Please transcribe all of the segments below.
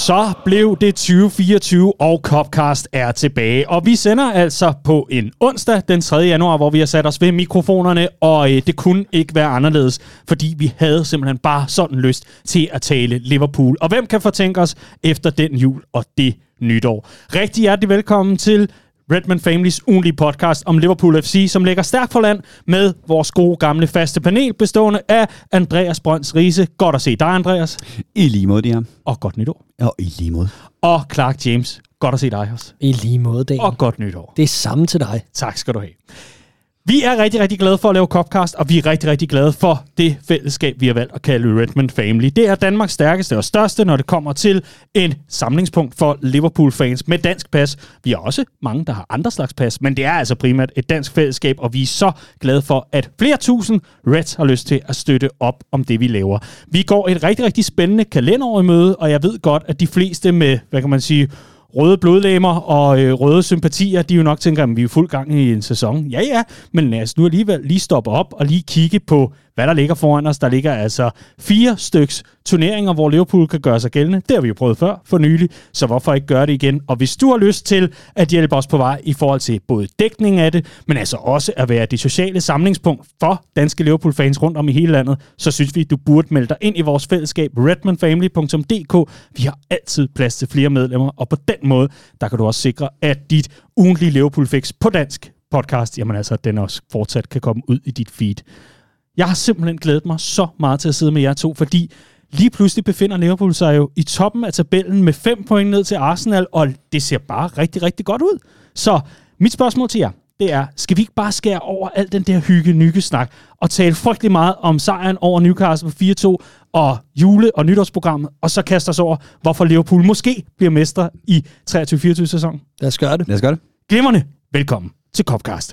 Så blev det 2024, og Copcast er tilbage. Og vi sender altså på en onsdag den 3. januar, hvor vi har sat os ved mikrofonerne, og det kunne ikke være anderledes, fordi vi havde simpelthen bare sådan lyst til at tale Liverpool. Og hvem kan fortænke os efter den jul og det nytår? Rigtig hjertelig velkommen til Redman Families ugentlige podcast om Liverpool FC, som ligger stærkt for land med vores gode gamle faste panel, bestående af Andreas Brøns Riise. Godt at se dig, Andreas. I lige måde, det her. Og godt nytår. Og i lige måde. Og Clark James. Godt at se dig også. I lige måde, Dan. Og godt nytår. Det er samme til dig. Tak skal du have. Vi er rigtig, rigtig glade for at lave Copcast, og vi er rigtig, rigtig glade for det fællesskab, vi har valgt at kalde Redman Family. Det er Danmarks stærkeste og største, når det kommer til en samlingspunkt for Liverpool-fans med dansk pas. Vi har også mange, der har andre slags pas, men det er altså primært et dansk fællesskab, og vi er så glade for, at flere tusind Reds har lyst til at støtte op om det, vi laver. Vi går et rigtig, rigtig spændende kalenderår i møde, og jeg ved godt, at de fleste med, hvad kan man sige, røde blodlegemer og røde sympatier, de jo nok tænker, at vi er fuld gang i en sæson. Ja, men lad os nu alligevel lige stoppe op og lige kigge på, hvad der ligger foran os. Der ligger altså 4 styks turneringer, hvor Liverpool kan gøre sig gældende. Det har vi jo prøvet før for nylig, så hvorfor ikke gøre det igen? Og hvis du har lyst til at hjælpe os på vej i forhold til både dækning af det, men altså også at være det sociale samlingspunkt for danske Liverpool-fans rundt om i hele landet, så synes vi, du burde melde dig ind i vores fællesskab redmanfamily.dk. Vi har altid plads til flere medlemmer, og på den måde, der kan du også sikre, at dit ugentlige Liverpool-fix på dansk podcast, jamen altså, den også fortsat kan komme ud i dit feed. Jeg har simpelthen glædet mig så meget til at sidde med jer to, fordi lige pludselig befinder Liverpool sig jo i toppen af tabellen med 5 point ned til Arsenal, og det ser bare rigtig, rigtig godt ud. Så mit spørgsmål til jer, det er, skal vi ikke bare skære over al den der hygge-nygge-snak og tale frygtelig meget om sejren over Newcastle på 4-2 og jule- og nytårsprogrammet, og så kaste os over, hvorfor Liverpool måske bliver mestre i 23-24 sæsonen? Lad os gøre det. Glimrende. Velkommen til Copcast.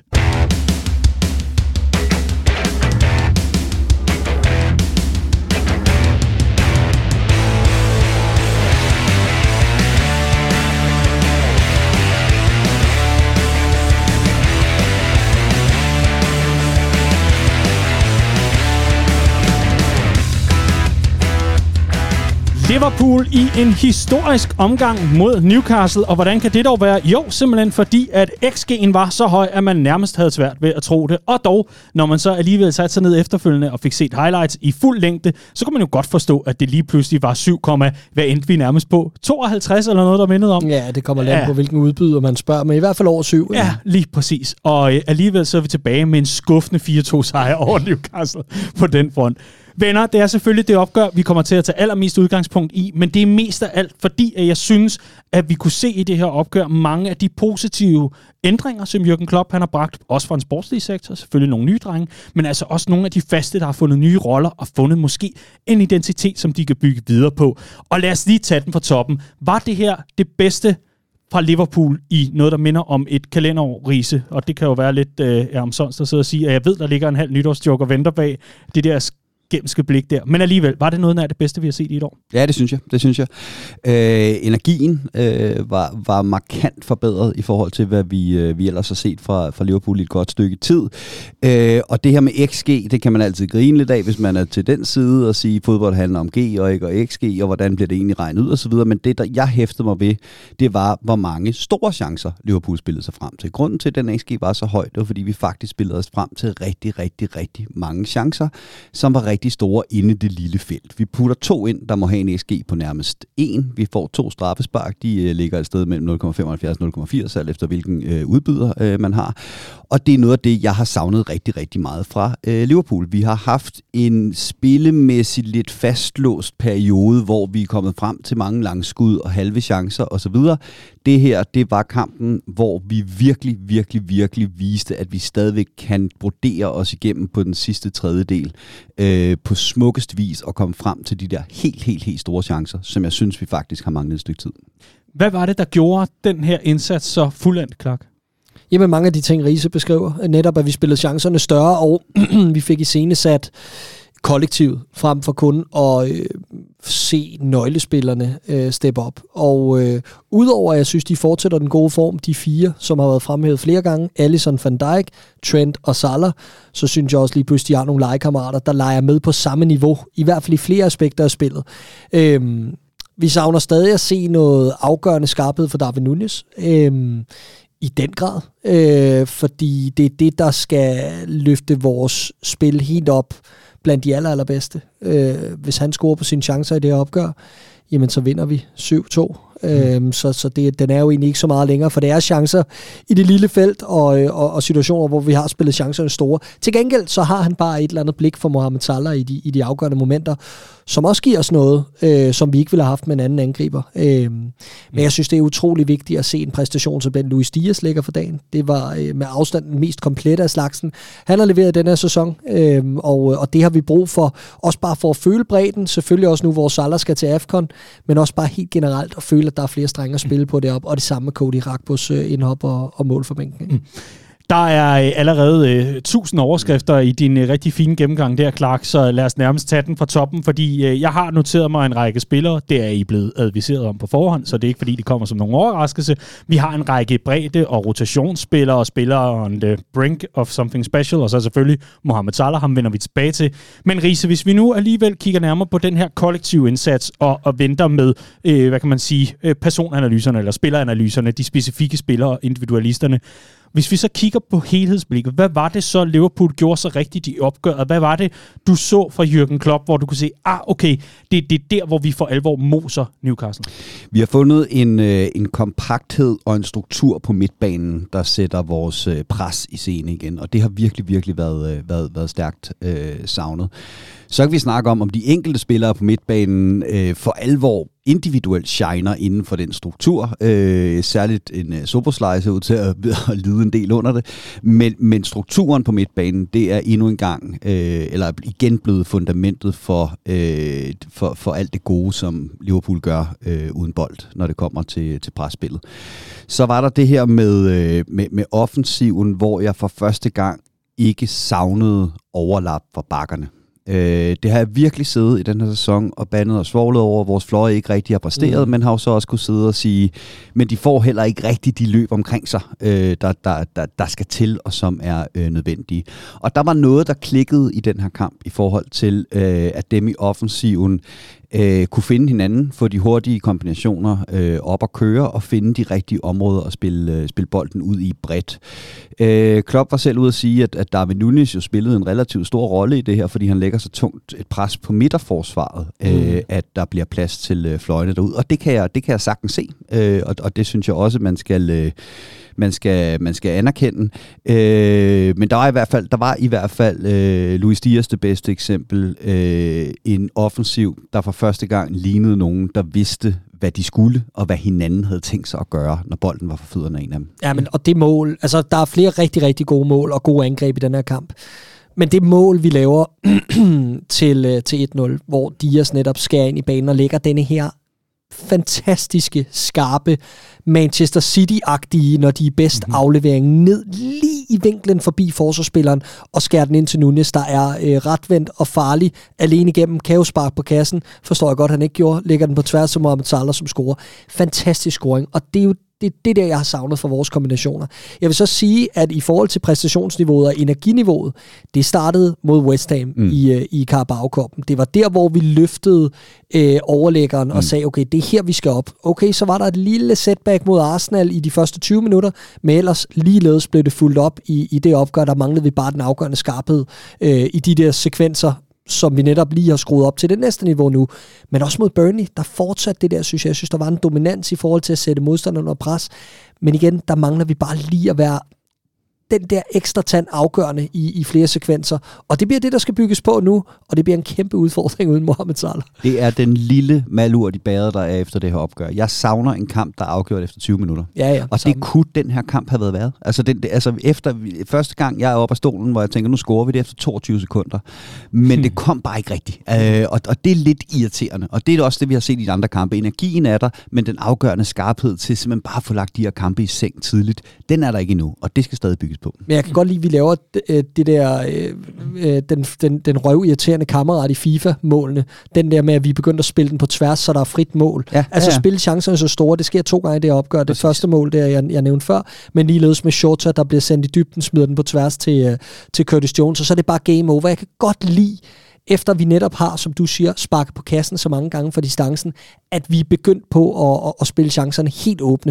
Liverpool i en historisk omgang mod Newcastle, og hvordan kan det dog være? Jo, simpelthen fordi, at XG'en var så høj, at man nærmest havde svært ved at tro det. Og dog, når man så alligevel satte sig ned efterfølgende og fik set highlights i fuld længde, så kunne man jo godt forstå, at det lige pludselig var 7, hvad endte vi nærmest på? 52 eller noget, der mindede om? Ja, det kommer lidt på, hvilken udbyder man spørger, men i hvert fald over 7. Ja, lige præcis. Og alligevel så er vi tilbage med en skuffende 4-2 sejr over Newcastle på den front. Venner, det er selvfølgelig det opgør, vi kommer til at tage allermest udgangspunkt i, men det er mest af alt, fordi at jeg synes, at vi kunne se i det her opgør mange af de positive ændringer, som Jürgen Klopp han har bragt, også fra en sportslig sektor, selvfølgelig nogle nye drenge, men altså også nogle af de faste, der har fundet nye roller og fundet måske en identitet, som de kan bygge videre på. Og lad os lige tage den fra toppen. Var det her det bedste fra Liverpool i noget, der minder om et kalenderår, Riise? Og det kan jo være lidt omsonst at sidde og sige, at jeg ved, der ligger en halv nytårsjoke og venter bag det der gennemske blik der. Men alligevel, var det noget af det bedste, vi har set i et år? Ja, det synes jeg. Energien var markant forbedret i forhold til, hvad vi ellers har set fra Liverpool i et godt stykke tid. Og det her med XG, det kan man altid grine lidt af, hvis man er til den side og sige, at fodbold handler om G og ikke og XG, og hvordan bliver det egentlig regnet ud osv. Men det, der jeg hæftede mig ved, det var, hvor mange store chancer Liverpool spillede sig frem til. Grunden til, at den XG var så høj, det var, fordi vi faktisk spillede os frem til rigtig, rigtig, rigtig mange chancer, som var rigtig store inde i det lille felt. Vi putter 2 ind, der må have en XG på nærmest 1. Vi får 2 straffespark, de ligger et sted mellem 0,75 og 0,80, alt efter hvilken udbyder man har. Og det er noget af det, jeg har savnet rigtig, rigtig meget fra Liverpool. Vi har haft en spillemæssigt lidt fastlåst periode, hvor vi er kommet frem til mange langskud og halve chancer osv. Det her, det var kampen, hvor vi virkelig viste, at vi stadigvæk kan brodere os igennem på den sidste tredjedel på smukkest vis og komme frem til de der helt store chancer, som jeg synes, vi faktisk har manglet et stykke tid. Hvad var det, der gjorde den her indsats så fuldendt, Clark? Jamen mange af de ting, Riise beskriver, netop at vi spillede chancerne større, og vi fik iscenesat kollektivet frem for kun at se nøglespillerne steppe op. Og udover at jeg synes, de fortsætter den gode form, de 4, som har været fremhævet flere gange, Alisson, Van Dijk, Trent og Salah, så synes jeg også lige pludselig, de har nogle legekammerater, der leger med på samme niveau, i hvert fald i flere aspekter af spillet. Vi savner stadig at se noget afgørende skarphed for Darwin Núñez. I den grad. Fordi det er det, der skal løfte vores spil helt op blandt de allerbedste. Hvis han scorer på sine chancer i det her opgør, jamen så vinder vi 7-2. Så den er jo egentlig ikke så meget længere, for det er chancer i det lille felt og situationer, hvor vi har spillet chancerne store. Til gengæld så har han bare et eller andet blik for Mohamed Salah i de afgørende momenter, som også giver os noget, som vi ikke ville have haft med en anden angriber. Men jeg synes, det er utrolig vigtigt at se en præstation, som den Luis Diaz lægger for dagen. Det var med afstand den mest komplette af slagsen. Han har leveret den her sæson, og det har vi brug for, også bare for at føle bredden, selvfølgelig også nu, hvor Salah skal til AFCON, men også bare helt generelt at føle, at der er flere strenge at spille på deroppe, og det samme med Cody Rakbos indhop og mål for bænken. Der er allerede 1000 overskrifter i din rigtig fine gennemgang der, Clark, så lad os nærmest tage den fra toppen, fordi jeg har noteret mig en række spillere. Det er I blevet adviseret om på forhånd, så det er ikke fordi, det kommer som nogen overraskelse. Vi har en række bredde- og rotationsspillere og spillere on the brink of something special, og så selvfølgelig Mohamed Salah, ham vender vi tilbage til. Men Riese, hvis vi nu alligevel kigger nærmere på den her kollektive indsats og venter med, hvad kan man sige, personanalyserne eller spilleranalyserne, de specifikke spillere, individualisterne. Hvis vi så kigger på helhedsblikket, hvad var det så, Liverpool gjorde så rigtigt i opgøret? Hvad var det, du så fra Jürgen Klopp, hvor du kunne se, okay, det er der, hvor vi for alvor moser Newcastle? Vi har fundet en kompakthed og en struktur på midtbanen, der sætter vores pres i scene igen, og det har virkelig, virkelig været stærkt savnet. Så kan vi snakke om de enkelte spillere på midtbanen for alvor individuelt shiner inden for den struktur. Særligt en Szoboszlai ser ud til at lide en del under det. Men strukturen på midtbanen, det er endnu en gang, eller igen blevet fundamentet for alt det gode, som Liverpool gør uden bold, når det kommer til presspillet. Så var der det her med offensiven, hvor jeg for første gang ikke savnede overlap for bakkerne. Det har jeg virkelig siddet i den her sæson og bandet og svoglet over, vores fløje ikke rigtig har præsteret, men har jo så også kunne sidde og sige, men de får heller ikke rigtig de løb omkring sig, der skal til og som er nødvendige. Og der var noget, der klikkede i den her kamp i forhold til, at dem i offensiven kunne finde hinanden, få de hurtige kombinationer op at køre og finde de rigtige områder at spille bolden ud i bredt. Klopp var selv ude at sige, at Darwin Núñez jo spillede en relativt stor rolle i det her, fordi han lægger så tungt et pres på midterforsvaret, at der bliver plads til fløjene derude. Og det kan jeg sagtens se, og det synes jeg også, man skal anerkende. Men der var i hvert fald Luis Diaz det bedste eksempel. En offensiv, der for første gang lignede nogen, der vidste, hvad de skulle, og hvad hinanden havde tænkt sig at gøre, når bolden var for fødderne af en af dem. Ja, men og det mål, altså der er flere rigtig, rigtig gode mål og gode angreb i den her kamp. Men det mål, vi laver til 1-0, hvor Diaz netop skærer ind i banen og lægger denne her fantastiske, skarpe, Manchester City-agtige, når de er bedst aflevering ned lige i vinklen forbi forsvarsspilleren og skærer den ind til Núñez, der er retvendt og farlig alene igennem, kan jo sparke på kassen, forstår jeg godt, han ikke gjorde, lægger den på tværs som Mohamed Salah, som scorer. Fantastisk scoring, og det er jo det der, jeg har savnet for vores kombinationer. Jeg vil så sige, at i forhold til præstationsniveauet og energiniveauet, det startede mod West Ham i Carabao-cupen. Det var der, hvor vi løftede overlæggeren og sagde, okay, det er her, vi skal op. Okay, så var der et lille setback mod Arsenal i de første 20 minutter, men ellers ligeledes blev det fuldt op i det opgør, der manglede vi bare den afgørende skarphed i de der sekvenser, som vi netop lige har skruet op til det næste niveau nu. Men også mod Burnley, der fortsatte det der, synes jeg. Jeg synes, der var en dominans i forhold til at sætte modstanderne under pres. Men igen, der mangler vi bare lige at være den der ekstra tand afgørende i flere sekvenser. Og det bliver det, der skal bygges på nu, og det bliver en kæmpe udfordring uden Mohamed Salah. Det er den lille malurt i bæret, der er efter det her opgør. Jeg savner en kamp, der er afgjort efter 20 minutter. Ja, og det kunne den her kamp have været. Altså efter første gang, jeg er oppe af stolen, hvor jeg tænker, nu scorer vi det efter 22 sekunder. Men det kom bare ikke rigtigt. Og det er lidt irriterende. Og det er også det, vi har set i de andre kampe. Energien er der, men den afgørende skarphed til simpelthen bare at få lagt de her kampe i seng tidligt, den er der ikke endnu. Og det skal stadig bygges på. Men jeg kan godt lide, at vi laver det der, den røvirriterende kammerat i FIFA-målene. Den der med, at vi begyndte at spille den på tværs, så der er frit mål. Spille chancerne så store. Det sker 2 gange i det opgør. Det første mål, der jeg nævnte før, men ligeledes med Shota, der bliver sendt i dybden, smider den på tværs til Curtis Jones, og så er det bare game over. Jeg kan godt lide efter vi netop har, som du siger, sparket på kassen så mange gange for distancen, at vi er begyndt på at spille chancerne helt åbne.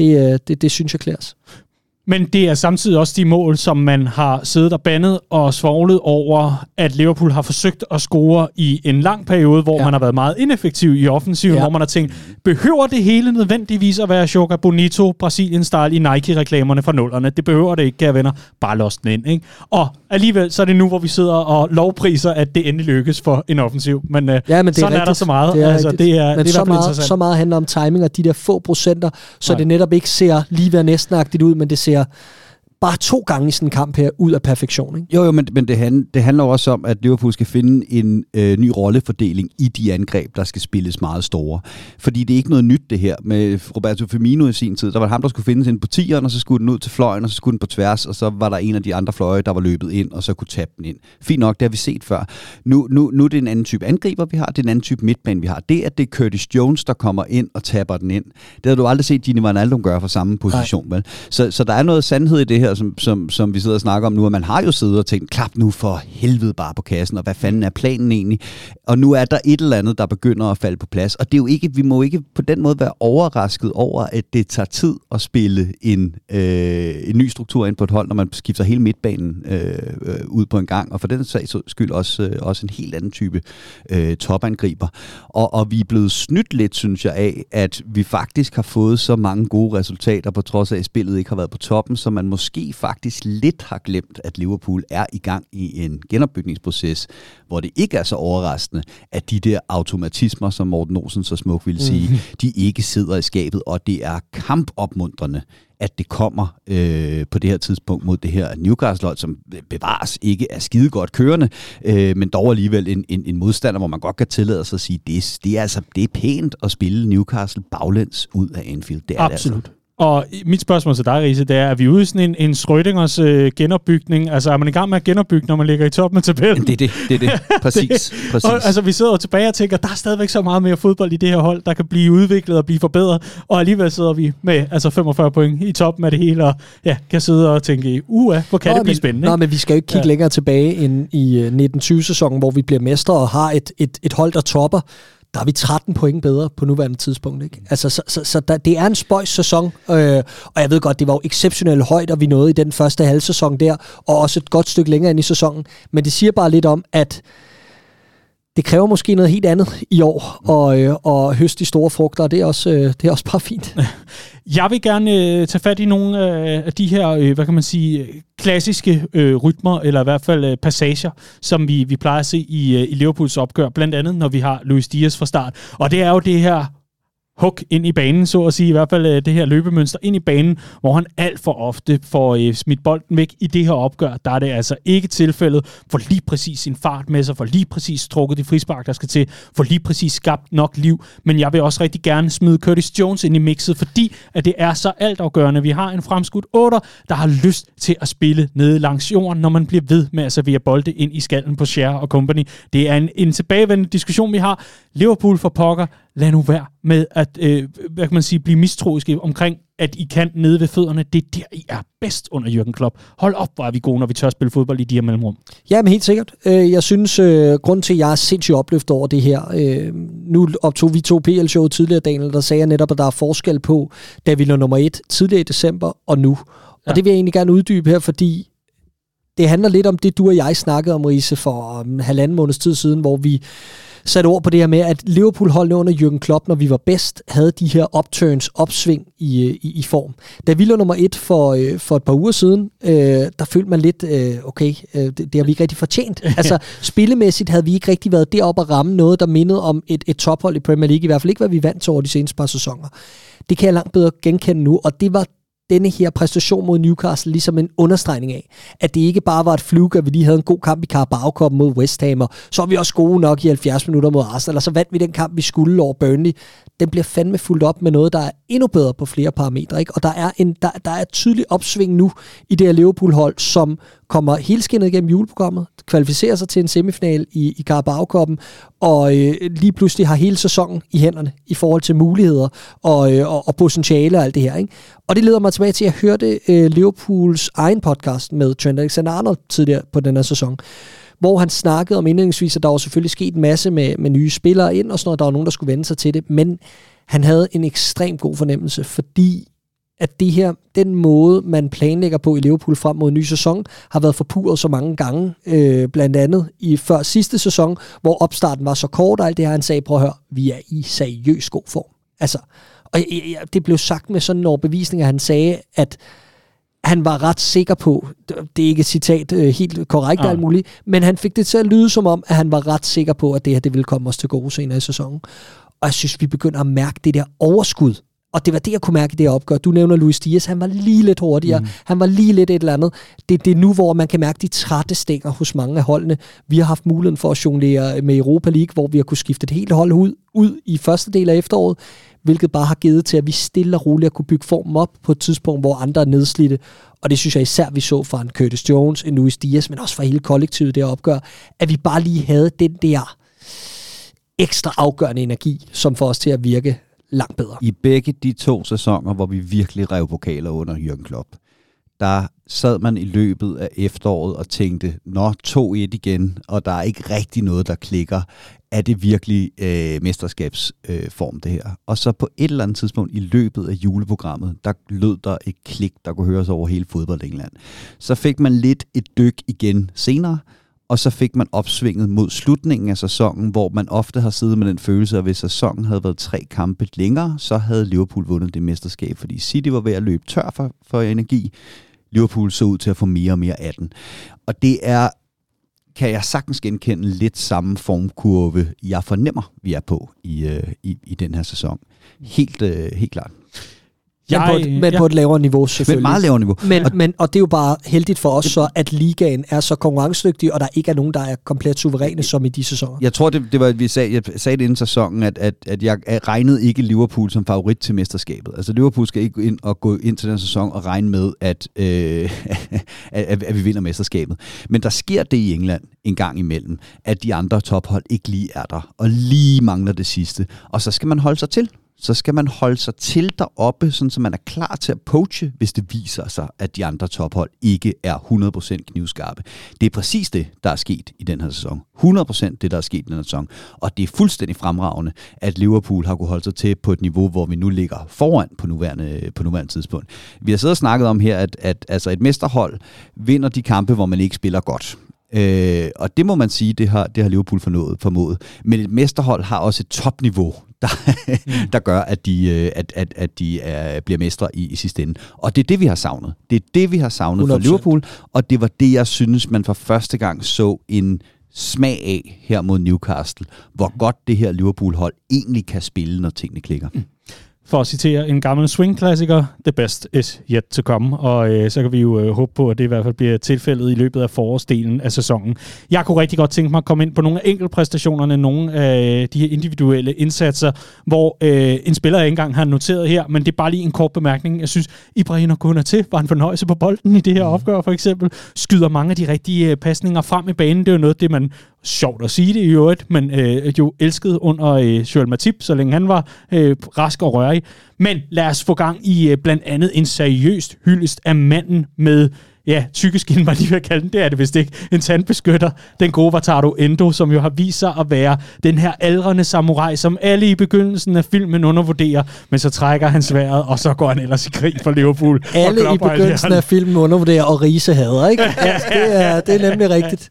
Det synes jeg klæres. Men det er samtidig også de mål, som man har siddet og bandet og svoglet over, at Liverpool har forsøgt at score i en lang periode, hvor man har været meget ineffektiv i offensiven, hvor man har tænkt, behøver det hele nødvendigvis at være Joga Bonito, Brasilien-style i Nike-reklamerne fra nullerne? Det behøver det ikke, kære venner. Bare lås den ind, ikke? Og alligevel så er det nu, hvor vi sidder og lovpriser, at det endelig lykkes for en offensiv. Men, men sådan er der så meget. Det er altså, det er, men det er så meget handler om timing og de der få procenter, så det netop ikke ser lige ved næstenagtigt ud, men det ser bare 2 gange i sådan en kamp her ud af perfektion, ikke? Jo, men det handler også om, at Liverpool skal finde en ny rollefordeling i de angreb, der skal spilles meget store. Fordi det er ikke noget nyt, det her. Med Roberto Firmino i sin tid, der var ham, der skulle findes ind på 10'eren, og så skulle den ud til fløjen, og så skulle den på tværs, og så var der en af de andre fløje, der var løbet ind, og så kunne tabe den ind. Fint nok, det har vi set før. Nu er det en anden type angriber, vi har. Det er en anden type midtbane, vi har. Det, at det er Curtis Jones, der kommer ind og taber den ind, det har du aldrig set Gini Wijnaldum gøre for samme position. Vel? Så der er noget sandhed i det her, som vi sidder og snakker om nu, og man har jo siddet og tænkt, klap nu for helvede bare på kassen, og hvad fanden er planen egentlig? Og nu er der et eller andet, der begynder at falde på plads, og det er jo ikke, vi må ikke på den måde være overrasket over, at det tager tid at spille en ny struktur ind på et hold, når man skifter hele midtbanen ud på en gang, og for den sags skyld også en helt anden type topangriber. Og vi er blevet snydt lidt, synes jeg, af, at vi faktisk har fået så mange gode resultater, på trods af, at spillet ikke har været på toppen, så man måske faktisk lidt har glemt, at Liverpool er i gang i en genopbygningsproces, hvor det ikke er så overraskende, at de der automatismer, som Morten Olsen så smukt ville sige, de ikke sidder i skabet, og det er kampopmuntrende, at det kommer på det her tidspunkt mod det her Newcastle-hold, som bevares ikke er skide godt kørende, men dog alligevel en modstander, hvor man godt kan tillade sig at sige, det er pænt at spille Newcastle baglæns ud af Anfield. Det er absolut. Det altså. Og mit spørgsmål til dig, Riese, det er vi ude i sådan en Schrödingers genopbygning? Altså er man i gang med at genopbygge, når man ligger i toppen af tabellen? Det er det. Præcis. Og, altså vi sidder jo tilbage og tænker, der er stadigvæk så meget mere fodbold i det her hold, der kan blive udviklet og blive forbedret. Og alligevel sidder vi med 45 point i toppen af det hele, og kan sidde og tænke, hvor kan det blive spændende? Nå, men vi skal jo ikke kigge længere tilbage end i 1920-sæsonen, hvor vi bliver mestre og har et hold, der topper. Der er vi 13 point bedre på nuværende tidspunkt, ikke? Altså, så det er en spøjs sæson, og jeg ved godt, det var jo exceptionelt højt, og vi nåede i den første halvsæson der, og også et godt stykke længere ind i sæsonen. Men det siger bare lidt om, at det kræver måske noget helt andet i år, og høste de store frugter, og det er også bare fint. Jeg vil gerne tage fat i nogle af de her, hvad kan man sige, klassiske rytmer, eller i hvert fald passager, som vi plejer at se i Liverpools opgør, blandt andet når vi har Luis Diaz fra start. Og det er jo det her hug ind i banen, så at sige, i hvert fald det her løbemønster ind i banen, hvor han alt for ofte får smidt bolden væk. I det her opgør, der er det altså ikke tilfældet, for lige præcis sin fart med sig, for lige præcis trukket de frispark, der skal til, for lige præcis skabt nok liv. Men jeg vil også rigtig gerne smide Curtis Jones ind i mixet, fordi at det er så altafgørende. Vi har en fremskudt 8'er, der har lyst til at spille nede langs jorden, når man bliver ved med at servere bolde ind i skallen på Cher og company. Det er en tilbagevendende diskussion, vi har. Liverpool for pokker, lad nu være med at hvad kan man sige, blive mistroiske omkring, at I kan nede ved fødderne. Det er der, I er bedst under Jürgen Klopp. Hold op, hvor er vi gode, når vi tør spille fodbold i de her mellemrum. Ja, men helt sikkert. Jeg synes, grund til, at jeg er sindssygt opløftet over det her. Nu optog vi 2 PL-show tidligere, Daniel, der sagde jeg netop, at der er forskel på, da vi lå nummer 1 tidligere i december og nu. Ja. Og det vil jeg egentlig gerne uddybe her, fordi det handler lidt om det, du og jeg snakkede om, Riese, for 1,5 måneds tid siden, hvor vi satte ord på det her med, at Liverpool-holdene under Jürgen Klopp, når vi var bedst, havde de her opsving i form. Da vi lå nummer 1 for et par uger siden, der følte man lidt, det har vi ikke rigtig fortjent. Altså, spillemæssigt havde vi ikke rigtig været deroppe at ramme noget, der mindede om et tophold i Premier League, i hvert fald ikke, hvad vi vandt til over de seneste par sæsoner. Det kan jeg langt bedre genkende nu, og det var denne her præstation mod Newcastle ligesom en understregning af, at det ikke bare var et fluke, at vi lige havde en god kamp i Carabao-cupen mod West Ham, og så var vi også gode nok i 70 minutter mod Arsenal, og så vandt vi den kamp, vi skulle over Burnley. Den bliver fandme fuldt op med noget, der er endnu bedre på flere parametre, ikke? Og der er et tydeligt opsving nu i det her Liverpool-hold, som kommer helskindet igennem juleprogrammet, kvalificerer sig til en semifinal i Carabao-cupen, og lige pludselig har hele sæsonen i hænderne i forhold til muligheder og potentiale og alt det her, ikke? Og det leder mig tilbage til, at jeg hørte Liverpools egen podcast med Trent Alexander-Arnold tidligere på den her sæson, hvor han snakkede om indledningsvis, at der var selvfølgelig sket en masse med nye spillere ind, og sådan noget, der var nogen, der skulle vende sig til det, men han havde en ekstremt god fornemmelse, fordi at det her, den måde, man planlægger på i Liverpool frem mod en ny sæson, har været forpurret så mange gange, blandt andet i før sidste sæson, hvor opstarten var så kort, og alt det her, han sagde, prøv at høre, vi er i seriøs god form. Altså, og det blev sagt med sådan en overbevisning, at han sagde, at han var ret sikker på, det er ikke et citat helt korrekt alt muligt, men han fik det til at lyde som om, at han var ret sikker på, at det her det ville komme os til gode senere i sæsonen. Og jeg synes, vi begynder at mærke det der overskud. Og det var det, jeg kunne mærke i det her opgør. Du nævner Luis Diaz, han var lige lidt hurtigere. Han var lige lidt et eller andet. Det er nu, hvor man kan mærke de trætte stænger hos mange af holdene. Vi har haft muligheden for at jonglere med Europa League, hvor vi har kunne skifte et helt hold ud i første del af efteråret, hvilket bare har givet til, at vi stille og roligt har kunne bygge formen op på et tidspunkt, hvor andre er nedslidte. Og det synes jeg især, vi så fra en Curtis Jones, en Luis Diaz, men også fra hele kollektivet det opgør, at vi bare lige havde den der ekstra afgørende energi, som får os til at virke langt bedre. I begge de 2 sæsoner, hvor vi virkelig rev pokaler under Jürgen Klopp, der sad man i løbet af efteråret og tænkte, 2-1 igen, og der er ikke rigtig noget, der klikker. Er det virkelig mesterskabsform, det her? Og så på et eller andet tidspunkt i løbet af juleprogrammet, der lød der et klik, der kunne høres over hele fodbold-England. Så fik man lidt et dyk igen senere, og så fik man opsvinget mod slutningen af sæsonen, hvor man ofte har siddet med den følelse, at hvis sæsonen havde været 3 kampe længere, så havde Liverpool vundet det mesterskab, fordi City var ved at løbe tør for energi. Liverpool så ud til at få mere og mere af den. Og det er, kan jeg sagtens genkende, lidt samme formkurve, jeg fornemmer, vi er på i den her sæson. Helt klart. Men på et lavere niveau, selvfølgelig. Med et meget lavere niveau. Og det er jo bare heldigt for os, så at ligaen er så konkurrencedygtig, og der ikke er nogen, der er komplet suveræne, som i de sæsoner. Jeg tror, det var, jeg sagde det inden sæsonen, at jeg regnede ikke Liverpool som favorit til mesterskabet. Altså Liverpool skal ikke ind og gå ind til den sæson og regne med, at vi vinder mesterskabet. Men der sker det i England en gang imellem, at de andre tophold ikke lige er der, og lige mangler det sidste. Og så skal man holde sig til. Så skal man holde sig til deroppe, sådan så man er klar til at poache, hvis det viser sig, at de andre tophold ikke er 100% knivskarpe. Det er præcis det, der er sket i den her sæson. 100% det, der er sket i den her sæson. Og det er fuldstændig fremragende, at Liverpool har kunne holde sig til på et niveau, hvor vi nu ligger foran på nuværende tidspunkt. Vi har siddet og snakket om her, at altså et mesterhold vinder de kampe, hvor man ikke spiller godt. Og det må man sige, det har Liverpool formået. Men et mesterhold har også et topniveau, der gør, at de bliver mestre i sidste ende. Og det er det, vi har savnet. Det er det, vi har savnet 100%. For Liverpool, og det var det, jeg synes, man for første gang så en smag af her mod Newcastle, hvor godt det her Liverpool-hold egentlig kan spille, når tingene klikker. For at citere en gammel swing-klassiker, the best is yet to come, og så kan vi jo håbe på, at det i hvert fald bliver tilfældet i løbet af forårsdelen af sæsonen. Jeg kunne rigtig godt tænke mig at komme ind på nogle af enkeltpræstationerne, nogle af de her individuelle indsatser, hvor en spiller jeg ikke engang har noteret her, men det er bare lige en kort bemærkning. Jeg synes, Ibrahim Konaté var en fornøjelse på bolden i det her opgør, for eksempel. Skyder mange af de rigtige pasninger frem i banen. Det er jo noget, det man sjovt at sige det i øvrigt, men jo elskede under Joel Matip, så længe han var rask og rørig. Men lad os få gang i blandt andet en seriøst hyldest af manden med tykke skin, var lige ved at kalde den. Det er det vist ikke. En tandbeskytter. Den gode Wataru Endo, som jo har vist sig at være den her aldrende samurai, som alle i begyndelsen af filmen undervurderer, men så trækker han sværet, og så går han ellers i krig for Liverpool. Alle i begyndelsen af filmen undervurderer, og Riise hader, ikke? Ja, det er nemlig rigtigt.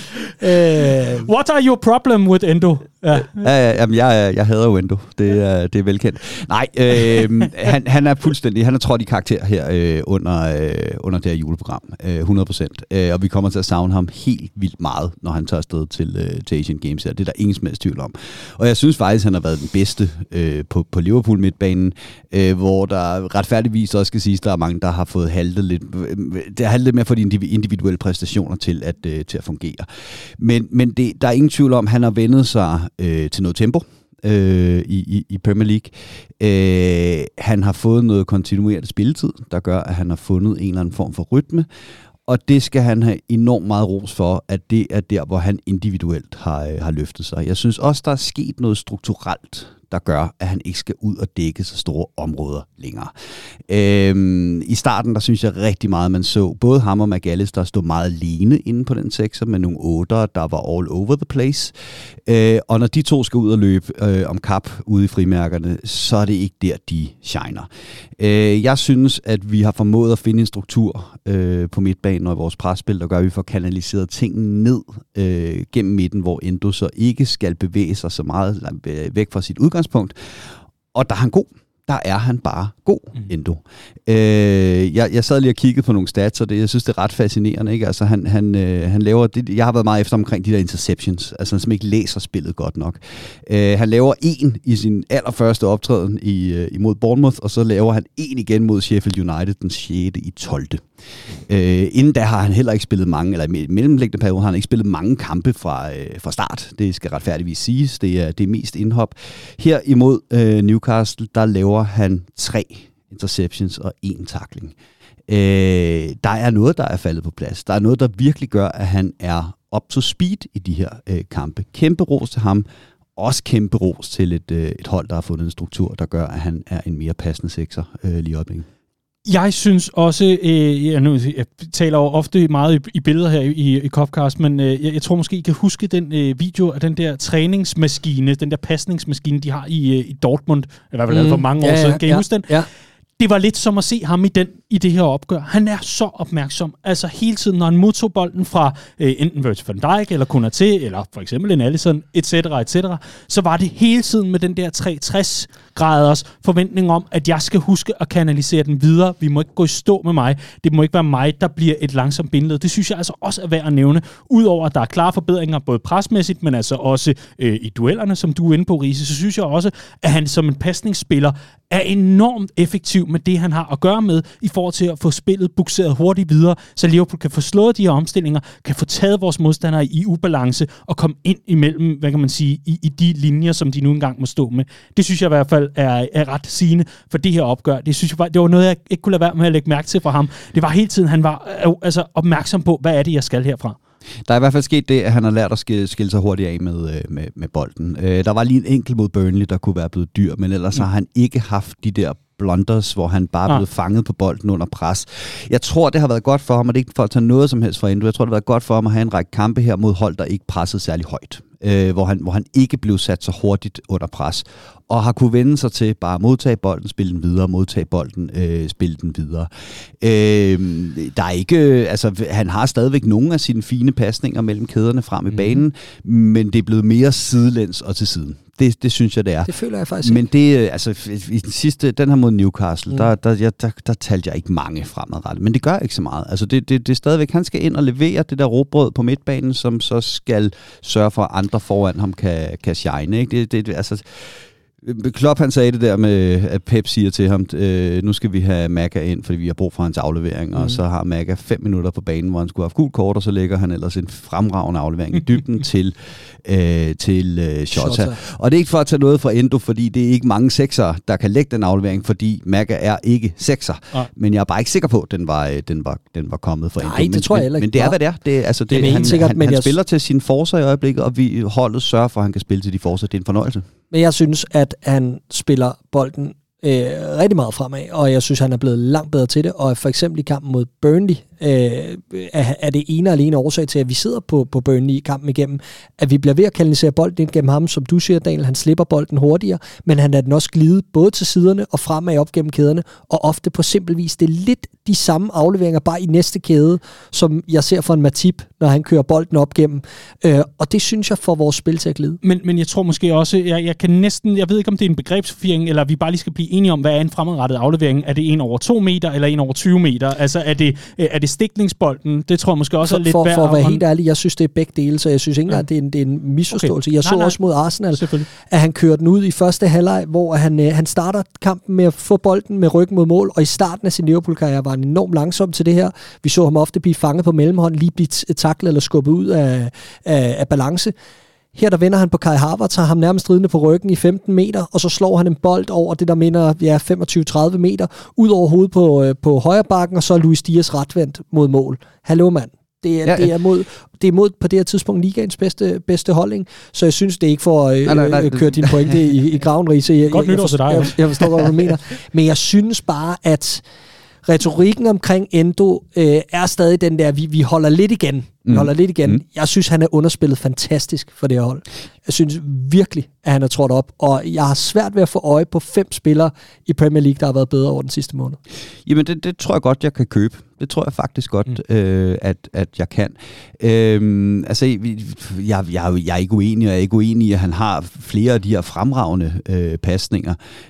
What are your problem with Endo? Jamen, jeg hader jo Endo. Det er velkendt. Nej, han er fuldstændig, han er trådt i karakter her under det her juleprogram. 100%. Og vi kommer til at savne ham helt vildt meget, når han tager afsted til Asian Games her. Det er der ingen som helst tvivl om. Og jeg synes faktisk, han har været den bedste på Liverpool midtbanen, hvor der retfærdigvis også skal siges, der er mange, der har fået haltet lidt. Det har haltet lidt med at få de individuelle præstationer til at fungere. Men der er ingen tvivl om, han har vendet sig til noget tempo i Premier League. Han har fået noget kontinuerligt spilletid, der gør, at han har fundet en eller anden form for rytme, og det skal han have enormt meget ros for, at det er der, hvor han individuelt har løftet sig. Jeg synes også, der er sket noget strukturelt der gør, at han ikke skal ud og dække så store områder længere. I starten, der synes jeg rigtig meget, man så både ham og McAllister stå meget alene inde på den sekser med nogle 8'ere, der var all over the place. Og når de to skal ud og løbe om kap ude i frimærkerne, så er det ikke der, de shiner. Jeg synes, at vi har formået at finde en struktur på midtbanen og i vores presspil, der gør, at vi får kanaliseret tingene ned gennem midten, hvor Endo så ikke skal bevæge sig så meget væk fra sit udgangspunkt. Og der er han god. Der er han bare god, Endo. Jeg sad lige og kiggede på nogle stats, og jeg synes, det er ret fascinerende. Ikke? Altså, han laver det. Jeg har været meget efter omkring de der interceptions, altså han som ikke læser spillet godt nok. Han laver 1 i sin allerførste optræden imod Bournemouth, og så laver han 1 igen mod Sheffield United den 6. i 12. Inden da har han heller ikke spillet mange, eller i mellemliggende periode har han ikke spillet mange kampe fra start. Det skal retfærdigvis siges. Det er mest indhop. Her imod Newcastle, der laver han 3 interceptions og 1 tackling. Der er noget, der er faldet på plads. Der er noget, der virkelig gør, at han er up to speed i de her kampe. Kæmpe ros til ham. Også kæmpe ros til et hold, der har fundet en struktur, der gør, at han er en mere passende sekser lige i øjeblikket. Jeg synes også, jeg taler jo ofte meget i billeder her i Copcast, men jeg tror måske, I kan huske den video af den der træningsmaskine, den der pasningsmaskine, de har i Dortmund, i hvert fald for mange år siden. Kan I huske den? Ja. Det var lidt som at se ham i det her opgør. Han er så opmærksom. Altså hele tiden, når han modtog bolden fra enten Virgil van Dijk, eller Konaté, eller for eksempel en Alisson, etc., så var det hele tiden med den der 360-graders forventning om, at jeg skal huske at kanalisere den videre. Vi må ikke gå i stå med mig. Det må ikke være mig, der bliver et langsomt bindeled. Det synes jeg altså også er værd at nævne. Udover at der er klare forbedringer, både presmæssigt, men altså også i duellerne, som du er inde på, Riese, så synes jeg også, at han som en pasningsspiller er enormt effektiv med det, han har at gøre med, i forhold til at få spillet bukseret hurtigt videre, så Liverpool kan få slået de her omstillinger, kan få taget vores modstandere i ubalance, og komme ind imellem, hvad kan man sige, i de linjer, som de nu engang må stå med. Det synes jeg i hvert fald er ret sigende for det her opgør. Det synes jeg det var noget, jeg ikke kunne lade være med at lægge mærke til fra ham. Det var hele tiden, han var altså opmærksom på, hvad er det, jeg skal herfra. Der er i hvert fald sket det, at han har lært at skille sig hurtigt af med bolden. Der var lige en enkelt mod Burnley, der kunne være blevet dyr, men ellers har han ikke haft de der blunders, hvor han bare er blevet fanget på bolden under pres. Jeg tror, det har været godt for ham, og det er ikke for at tage noget som helst fra Endo. Jeg tror, det har været godt for ham at have en række kampe her mod hold, der ikke pressede særlig højt. Hvor han ikke blev sat så hurtigt under pres, og har kunne vende sig til bare at modtage bolden, spille den videre, modtage bolden, spille den videre. Der er ikke, altså han har stadigvæk nogle af sine fine pasninger mellem kæderne frem i banen, men det er blevet mere sidelæns og til siden. Det synes jeg, det er. Det føler jeg faktisk ikke. Men det, altså i den sidste, den her mod Newcastle, der talte jeg ikke mange fremadrettet, men det gør ikke så meget. Altså det er stadigvæk, han skal ind og levere det der råbrød på midtbanen, som så skal sørge for, at andre foran ham kan shine, ikke? Altså Klopp, han sagde det der med, at Pep siger til ham, nu skal vi have Maka ind, fordi vi har brug for hans aflevering, og så har Maka 5 minutter på banen, hvor han skulle have gult kort, og så lægger han ellers en fremragende aflevering i dybden til Jota. Og det er ikke for at tage noget fra Endo, fordi det er ikke mange sekser, der kan lægge den aflevering, fordi Maka er ikke sekser. Men jeg er bare ikke sikker på, at den var kommet fra Endo. Nej, det tror jeg heller ikke. Men det er, hvad det er. Han spiller til sine forser i øjeblikket, og holdet sørger for, at han kan spille til de forser. Det er en fornøjelse. Men jeg synes, at han spiller bolden rigtig meget fremad, og jeg synes, han er blevet langt bedre til det. Og for eksempel i kampen mod Burnley er det ene og alene årsag til, at vi sidder på Burnley i kampen igennem, at vi bliver ved at kanalisere bolden ind gennem ham, som du siger, Daniel. Han slipper bolden hurtigere, men han er den også glide både til siderne og fremad op gennem kæderne, og ofte på simpelvis det er lidt de samme afleveringer, bare i næste kæde, som jeg ser for en Matip, når han kører bolden op gennem. Og det synes jeg får vores spil til at glide. Men jeg tror måske også, jeg ved ikke, om det er en begrebsforvirring, eller vi bare lige skal blive enige om, hvad er en fremadrettet aflevering? Er det en over 2 meter, eller en over 20 meter? Altså er det stikningsbolden? Det tror jeg måske også er lidt værd. For at være helt ærlig, jeg synes, det er begge dele, så jeg synes ikke engang, det er en misforståelse. Okay. Jeg så også mod Arsenal, at han kørte den ud i første halvleg, hvor han starter kampen med at få bolden med ryggen mod mål, og i starten af sin Liverpool-karriere var han enormt langsom til det her. Vi så ham ofte blive fanget på mellemhånd, lige blive taklet eller skubbet ud af balance. Her der vender han på Kai Havertz, tager ham nærmest ridende på ryggen i 15 meter, og så slår han en bold over det, der minder 25-30 meter, ud over hovedet på højre bakken, og så er Luis Diaz retvendt mod mål. Hallo mand. Det er mod på det her tidspunkt ligaens bedste hold, ikke? Så jeg synes, det er ikke for at køre dine pointe i graven, Riise. Godt nytår til dig. Jeg forstår godt, hvad du mener. Men jeg synes bare, at retorikken omkring Endo er stadig den der, vi holder lidt igen. Jeg synes, han er underspillet fantastisk for det her hold. Jeg synes virkelig, at han er trådt op, og jeg har svært ved at få øje på 5 spillere i Premier League, der har været bedre over den sidste måned. Jamen, det tror jeg godt, jeg kan købe. Det tror jeg faktisk godt, at jeg kan. Jeg er ikke uenig, og jeg er ikke uenig i, at han har flere af de her fremragende pasninger.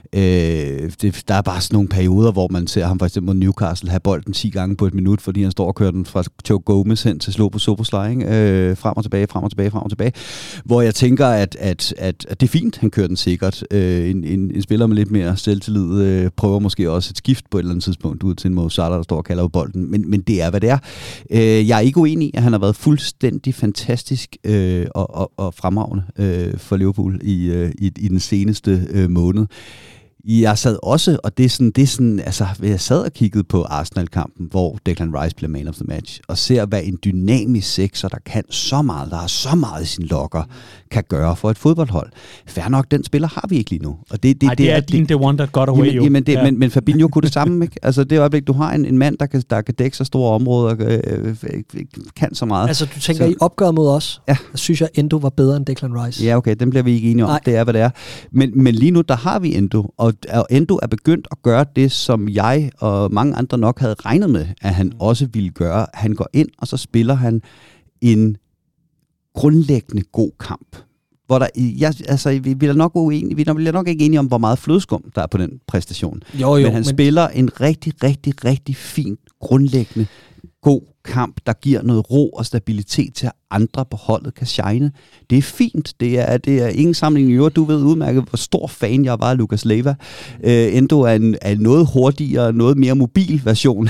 Der er bare sådan nogle perioder, hvor man ser ham for eksempel mod Newcastle have bolden 10 gange på et minut, fordi han står og kører den fra Joe Gomez hen til Slobo Soboslai, frem og tilbage. Hvor jeg tænker, at det er fint, han kører den sikkert. En spiller med lidt mere selvtillid prøver måske også et skift på et eller andet tidspunkt ud til en Mo Salah, der står og kalder på bolden. Men det er, hvad det er. Jeg er ikke uenig i, at han har været fuldstændig fantastisk og fremragende for Liverpool i den seneste måned. Jeg sad også, og det er sådan, altså, jeg sad og kiggede på Arsenal-kampen, hvor Declan Rice bliver man of the match, og ser, hvad en dynamisk sekser, der kan så meget, der har så meget i sin lokker, kan gøre for et fodboldhold. Fair nok, den spiller har vi ikke lige nu. Og det er din the one that got away, jo. Men Fabinho kunne det samme, ikke? Altså, det øjeblik, du har en mand, der kan dække så store områder, kan så meget. Altså, du tænker, i opgøret mod os, der synes jeg, Endo var bedre end Declan Rice. Ja, okay, den bliver vi ikke enige om. Nej. Det er, hvad det er. Men lige nu, der har vi Endo, og Endo er begyndt at gøre det, som jeg og mange andre nok havde regnet med, at han også ville gøre. Han går ind, og så spiller han en grundlæggende god kamp. Hvor der, vi bliver nok uenige, vi bliver nok ikke enige om, hvor meget flødeskum der er på den præstation. Men han spiller en rigtig, rigtig, rigtig fin, grundlæggende god kamp, der giver noget ro og stabilitet til, at andre på holdet kan shine. Det er fint. Det er ingen sammenligning i øvrigt. Du ved udmærket, hvor stor fan jeg var af Lucas Leiva. Endo er en noget hurtigere, noget mere mobil version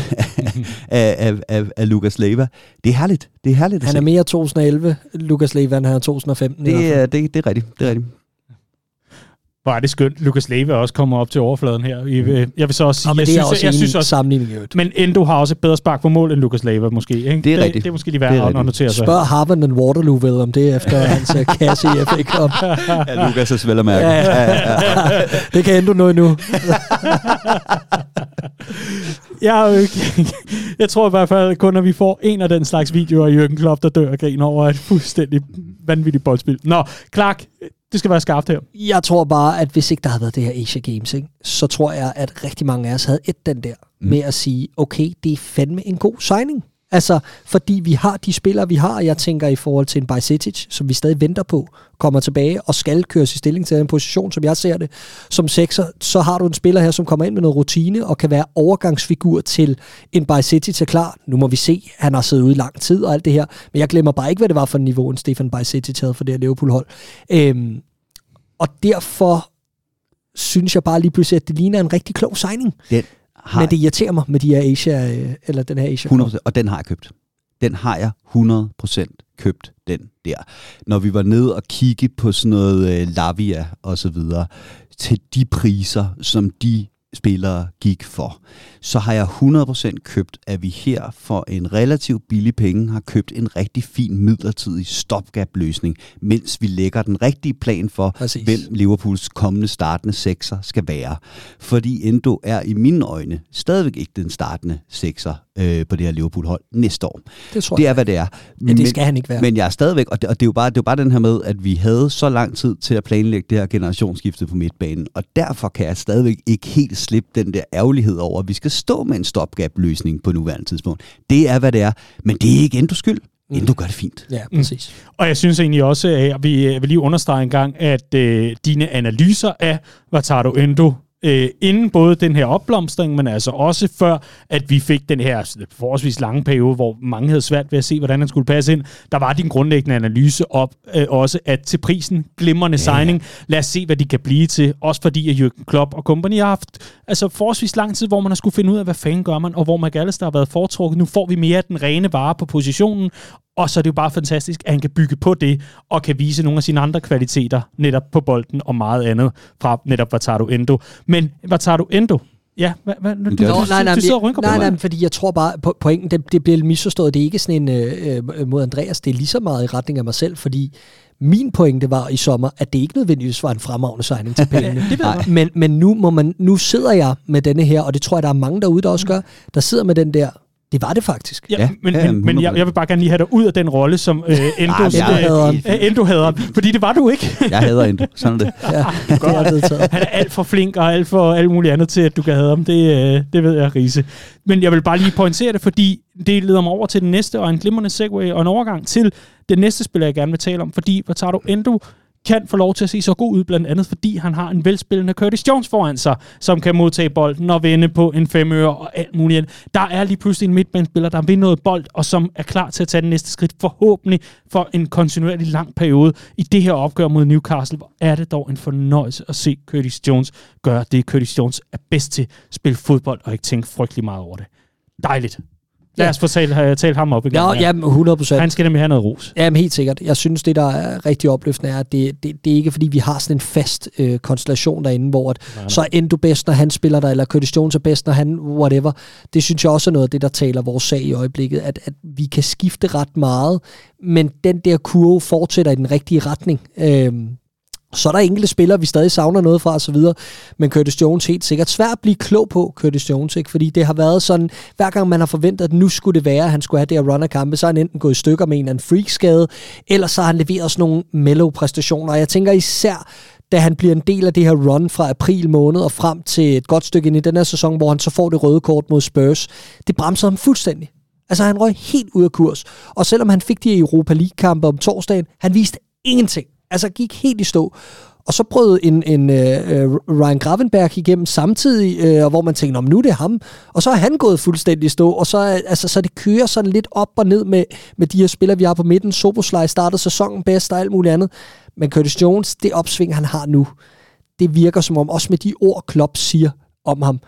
af Lucas Leiva. Det er herligt. Han er mere 2011, Lucas Leiva, end han er 2015. Det er rigtigt. Hvor er det skønt. Lucas Leiva også kommer op til overfladen her. Jeg vil så også sige, jeg synes også sammenligning. Men Endo har også et bedre spark på mål end Lucas Leiva måske. Ikke? Det er rigtigt. Det er måske lige værd at notere sig. Spørg Harvard and Waterloo vel om det efter hans kasse i FA Cup. Ja, Lucas er vel at mærke. Ja. Det kan Endo nå endnu. Jeg tror i hvert fald kun, at vi får en af den slags videoer i Jürgen Klopp, der dør og griner over et fuldstændig vanvittigt boldspil. Nå, Clark, det skal være skarpt her. Jeg tror bare, at hvis ikke der havde været det her Asia Games, ikke, så tror jeg, at rigtig mange af os havde den der med at sige, okay, det er fandme en god signing. Altså, fordi vi har de spillere, vi har, og jeg tænker i forhold til en Bajsetic, som vi stadig venter på, kommer tilbage og skal køres i stilling til den position, som jeg ser det, som sekser, så har du en spiller her, som kommer ind med noget rutine og kan være overgangsfigur til en Bajsetic er klar. Nu må vi se, han har siddet ude i lang tid og alt det her, men jeg glemmer bare ikke, hvad det var for en niveau, en Stefan Bajsetic havde for det her Liverpool-hold. Og derfor synes jeg bare lige pludselig, at det ligner en rigtig klog signing. Men det irriterer mig med de her Asia, eller den her Asia. 100%, og den har jeg købt. Den har jeg 100% købt, den der. Når vi var nede og kigge på sådan noget Lavia og så videre, til de priser, som de spillere gik for, så har jeg 100% købt, at vi her for en relativt billig penge har købt en rigtig fin midlertidig stopgap-løsning, mens vi lægger den rigtige plan for, hvem Liverpools kommende startende sekser skal være. Fordi Endo er i mine øjne stadigvæk ikke den startende sekser på det her Liverpool-hold næste år. Det er, hvad det er. Men det skal han ikke være. Men jeg er stadigvæk, og det er jo bare den her med, at vi havde så lang tid til at planlægge det her generationsskifte på midtbanen, og derfor kan jeg stadigvæk ikke helt slippe den der ærgerlighed over, at vi skal stå med en stopgap-løsning på nuværende tidspunkt. Det er, hvad det er, men det er ikke Endos skyld. Endo gør det fint. Ja, præcis. Og jeg synes egentlig også, at vi vil lige understrege en gang, at dine analyser af Wataru Endo, inden både den her opblomstring, men altså også før, at vi fik den her forholdsvis lange periode, hvor mange havde svært ved at se, hvordan han skulle passe ind, der var din grundlæggende analyse op også, at til prisen, glimrende signing, lad os se, hvad de kan blive til, også fordi at Jürgen Klopp og company har haft forholdsvis lang tid, hvor man har skulle finde ud af, hvad fanden gør man, og hvor McAllister har været foretrukket. Nu får vi mere af den rene vare på positionen, og så er det jo bare fantastisk, at han kan bygge på det, og kan vise nogle af sine andre kvaliteter, netop på bolden og meget andet, fra netop Wataru Endo. Men Wataru Endo, Ja, du sidder og rynker på mig. Nej, fordi jeg tror bare, pointen, det bliver misforstået. Det er ikke sådan en mod Andreas, det er lige så meget i retning af mig selv, fordi min pointe var i sommer, at det ikke nødvendigvis var en fremragende signing til pengene. Men nu sidder jeg med denne her, og det tror jeg, der er mange derude, der også gør, der sidder med den der. Det var det faktisk. Ja, men jeg vil bare gerne lige have dig ud af den rolle, som Endo hader. Fordi det var du ikke. Jeg hader Endo. Sådan er det. Ja, det han er alt for flink og alt for alt muligt andet til, at du kan hade ham. Det ved jeg, Riese. Men jeg vil bare lige pointere det, fordi det leder mig over til den næste, og en glimrende segue og en overgang til den næste spiller, jeg gerne vil tale om. Fordi Wataru Endo kan få lov til at se så god ud, blandt andet fordi han har en velspillende Curtis Jones foran sig, som kan modtage bolden og vende på en 5-øre og alt muligt andet. Der er lige pludselig en midtbanespiller, der vil noget bold, og som er klar til at tage det næste skridt, forhåbentlig for en kontinuerlig lang periode i det her opgør mod Newcastle. Hvor er det dog en fornøjelse at se Curtis Jones gøre det, Curtis Jones er bedst til, spille fodbold og ikke tænke frygtelig meget over det. Dejligt. Lad os få talt ham op igen. Ja, 100%. Han skal nemlig have noget ros. Jamen helt sikkert. Jeg synes, det der er rigtig opløftende er, at det er ikke fordi, vi har sådan en fast konstellation derinde, hvor så er Endo bedst, når han spiller der, eller Curtis Jones er bedst, når han whatever. Det synes jeg også er noget af det, der taler vores sag i øjeblikket, at vi kan skifte ret meget, men den der kurve fortsætter i den rigtige retning. Så er der enkelte spillere, vi stadig savner noget fra og så videre, men Curtis Jones helt sikkert svært at blive klog på, Curtis Jones, ikke? Fordi det har været sådan, hver gang man har forventet, at nu skulle det være, at han skulle have det her run-af-kampe, så er han enten gået i stykker med en eller anden freak-skade, eller så har han leveret sådan nogle mellow-præstationer, og jeg tænker især, da han bliver en del af det her run fra april måned og frem til et godt stykke ind i den her sæson, hvor han så får det røde kort mod Spurs, det bremser ham fuldstændig. Altså han røg helt ud af kurs, og selvom han fik de Europa League-kampe om torsdagen, han viste ingenting. Altså gik helt i stå. Og så brød en Ryan Gravenberch igennem samtidig, hvor man tænkte, nu er det ham. Og så er han gået fuldstændig i stå. Og så det kører sådan lidt op og ned med de her spillere, vi har på midten. Szoboszlai startede sæsonen bedst og alt muligt andet. Men Curtis Jones, det opsving, han har nu, det virker som om, også med de ord, Klopp siger om ham,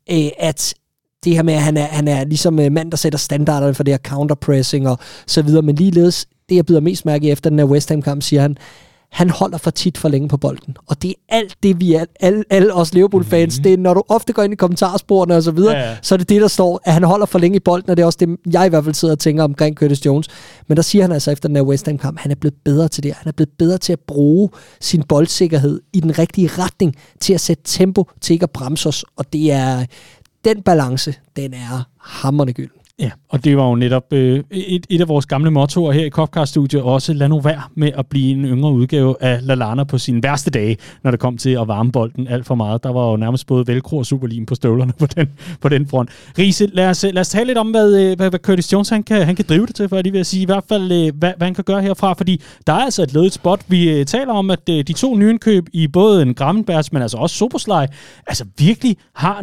at det her med, at han er ligesom mand, der sætter standarderne for det her counterpressing og så videre. Men ligeledes, det jeg bider mest mærke efter den her West Ham-kamp, siger han holder for tit for længe på bolden. Og det er alt det, vi er, alle os Liverpool-fans, det er, når du ofte går ind i kommentarsporene og så videre, så er det det, der står, at han holder for længe i bolden, og det er også det, jeg i hvert fald sidder og tænker omkring Curtis Jones. Men der siger han altså efter den her West Ham-kamp, han er blevet bedre til det. Han er blevet bedre til at bruge sin boldsikkerhed i den rigtige retning, til at sætte tempo, til ikke at bremse os. Og det er, den balance, den er hamrende gylden. Ja, og det var jo netop et af vores gamle mottoer her i Copcast-studiet, også lad nu være med at blive en yngre udgave af Lallana på sine værste dage, når det kom til at varme bolden alt for meget. Der var jo nærmest både velcro og superlim på støvlerne på den front. Riese, lad os tale lidt om, hvad Curtis Jones han kan drive det til, for jeg lige vil sige, i hvert fald, hvad han kan gøre herfra, fordi der er altså et ledigt spot. Vi taler om, at de to nyindkøb i både en Gravenberch, men altså også Szoboszlai, altså virkelig har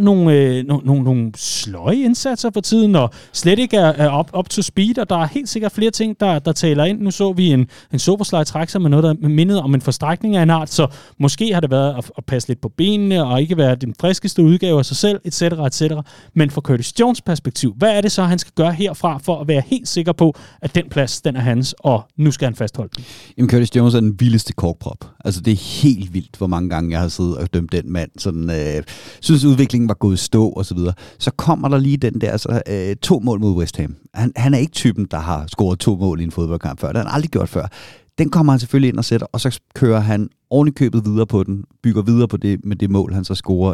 nogle sløje indsatser for tiden, og slet ikke er up to speed, og der er helt sikkert flere ting, der taler ind. Nu så vi en Szoboszlai trække sig med noget, der mindede om en forstrækning af en art, så måske har det været at passe lidt på benene, og ikke være den friskeste udgave af sig selv, etc., etc. Men fra Curtis Jones perspektiv, hvad er det så, han skal gøre herfra, for at være helt sikker på, at den plads, den er hans, og nu skal han fastholde den? Jamen, Curtis Jones er den vildeste korkprop. Altså, det er helt vildt, hvor mange gange jeg har siddet og dømt den mand. Sådan, synes udviklingen var gået i stå, og så videre. Så kommer der lige den der, altså, 2 mål mod West Ham. Han er ikke typen, der har scoret 2 mål i en fodboldkamp før. Det har han aldrig gjort før. Den kommer han selvfølgelig ind og sætter, og så kører han ovenikøbet videre på den, bygger videre på det med det mål, han så scorer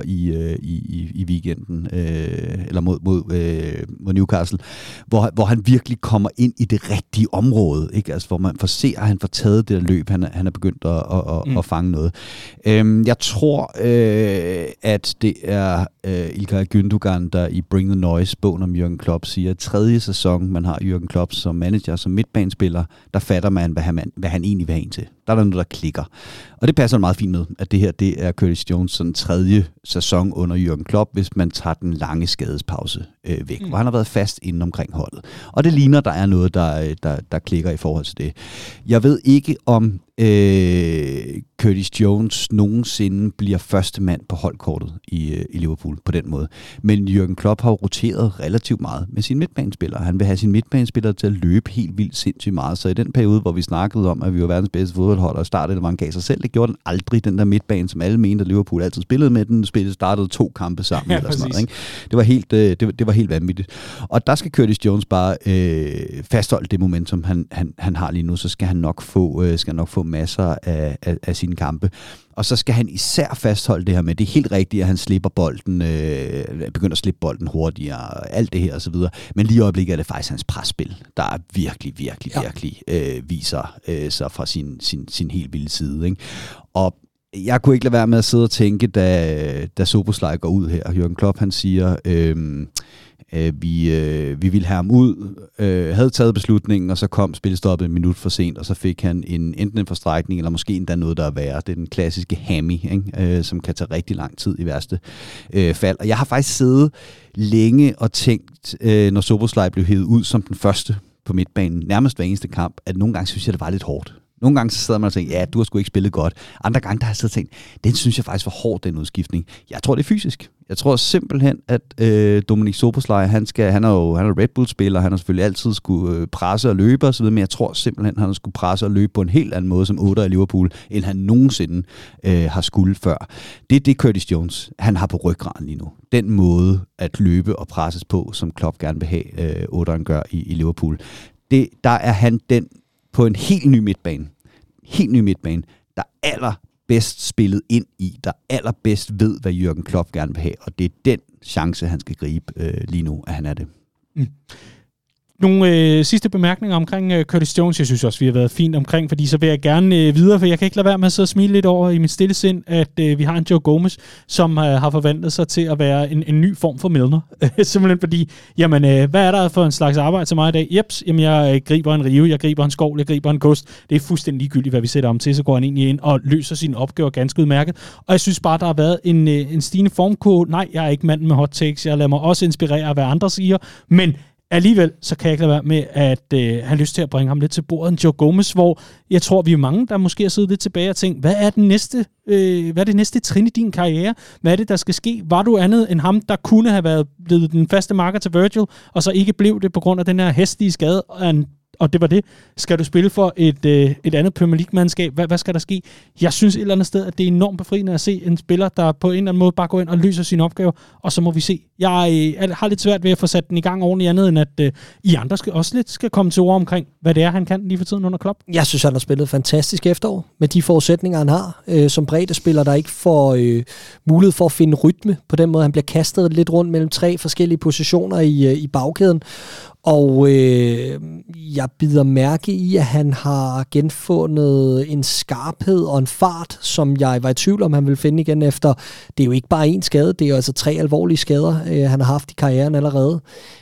i weekenden, eller mod Newcastle, hvor han virkelig kommer ind i det rigtige område, ikke? Altså, hvor man får se, at han får taget det der løb, han er begyndt at fange noget. Jeg tror, at det er İlkay Gündoğan, der i Bring the Noise, bogen om Jürgen Klopp, siger, at 3. sæson, man har Jürgen Klopp som manager, som midtbanespiller, der fatter man, hvad han egentlig vil have en til. Der er noget, der klikker. Og det passer meget fint med, at det her, det er Curtis Jones' sådan 3. sæson under Jürgen Klopp, hvis man tager den lange skadespause væk, hvor han har været fast inde omkring holdet. Og det ligner, der er noget, der klikker i forhold til det. Jeg ved ikke, om Curtis Jones nogensinde bliver første mand på holdkortet i Liverpool på den måde. Men Jürgen Klopp har roteret relativt meget med sine midtbanespillere. Han vil have sine midtbanespillere til at løbe helt vildt sindssygt meget. Så i den periode, hvor vi snakkede om, at vi var verdens bedste fodboldhold og startede, hvor han gav sig selv, det gjorde den aldrig, den der midtbane, som alle mente, at Liverpool altid spillede med den. Startede 2 kampe sammen. Eller sådan noget, ikke? Det var helt vanvittigt. Og der skal Curtis Jones bare fastholde det momentum, han har lige nu, så skal han nok få masser af sine kampe. Og så skal han især fastholde det her med, det er helt rigtigt, at han slipper bolden, begynder at slippe bolden hurtigere, og alt det her og så videre. Men lige i øjeblikket er det faktisk hans presspil, der virkelig viser sig fra sin helt vilde side. Ikke? Og jeg kunne ikke lade være med at sidde og tænke, da Szoboszlai går ud her, og Jürgen Klopp, han siger, vi ville have ham ud, havde taget beslutningen, og så kom spillestoppet et minut for sent, og så fik han enten en forstrækning, eller måske endda noget, der er værre. Det er den klassiske hammy, ikke? Som kan tage rigtig lang tid i værste fald. Og jeg har faktisk siddet længe og tænkt, når Szoboszlai blev hævet ud som den første på midtbanen, nærmest hver eneste kamp, at nogle gange synes jeg, det var lidt hårdt. Nogle gange så sidder man og tænker, ja, du har sgu ikke spillet godt. Andre gange, der har jeg siddet og tænkt, den synes jeg faktisk var hård, den udskiftning. Jeg tror, det er fysisk. Jeg tror simpelthen, at Dominik Szoboszlai, han er jo Red Bull-spiller, han har selvfølgelig altid skulle presse og løbe og så videre, men jeg tror simpelthen, han har skulle presse og løbe på en helt anden måde som 8'er i Liverpool, end han nogensinde har skulle før. Det er det Curtis Jones, han har på ryggraden lige nu. Den måde at løbe og presses på, som Klopp gerne vil have, 8'eren gør i Liverpool. Der er han den på en helt ny midtbane, der allerbedst spillet ind i, der allerbedst ved, hvad Jürgen Klopp gerne vil have, og det er den chance, han skal gribe lige nu, at han er det. Mm. Nogle sidste bemærkninger omkring Curtis Jones, jeg synes også, vi har været fint omkring, fordi så vil jeg gerne videre, for jeg kan ikke lade være med at sidde og smile lidt over i mit stille sind, at vi har en Joe Gomez, som har forvandlet sig til at være en ny form for Milner. Simpelthen fordi, jamen, hvad er der for en slags arbejde til mig i dag? Jeps, jamen, jeg griber en rive, jeg griber en skov, jeg griber en kost. Det er fuldstændig ligegyldigt, hvad vi sætter om til, så går han egentlig ind og løser sine opgaver ganske udmærket. Og jeg synes bare, der har været en stigende formkode. Nej, jeg er ikke manden med hot takes, jeg lader mig også inspirere af, hvad andre siger, men alligevel, så kan jeg ikke lade være med at have lyst til at bringe ham lidt til bordet. En Joe Gomez, hvor jeg tror, vi er mange, der måske har siddet lidt tilbage og tænkt, hvad er det næste trin i din karriere? Hvad er det, der skal ske? Var du andet end ham, der kunne have været blevet den faste marker til Virgil, og så ikke blev det på grund af den her hæslige skade, og det var det. Skal du spille for et andet Premier League-mandskab? Hvad skal der ske? Jeg synes et eller andet sted, at det er enormt befriende at se en spiller, der på en eller anden måde bare går ind og løser sine opgaver, og så må vi se. Jeg har lidt svært ved at få sat den i gang ordentligt andet, end at I andre også lidt skal komme til ord omkring, hvad det er, han kan lige for tiden under Klopp. Jeg synes, han har spillet fantastisk efterår, med de forudsætninger, han har. Som breddespiller, der ikke får mulighed for at finde rytme på den måde. Han bliver kastet lidt rundt mellem 3 forskellige positioner i bagkæden. Og jeg bider mærke i, at han har genfundet en skarphed og en fart, som jeg var i tvivl om, han ville finde igen efter. Det er jo ikke bare én skade, det er jo altså 3 alvorlige skader, han har haft i karrieren allerede.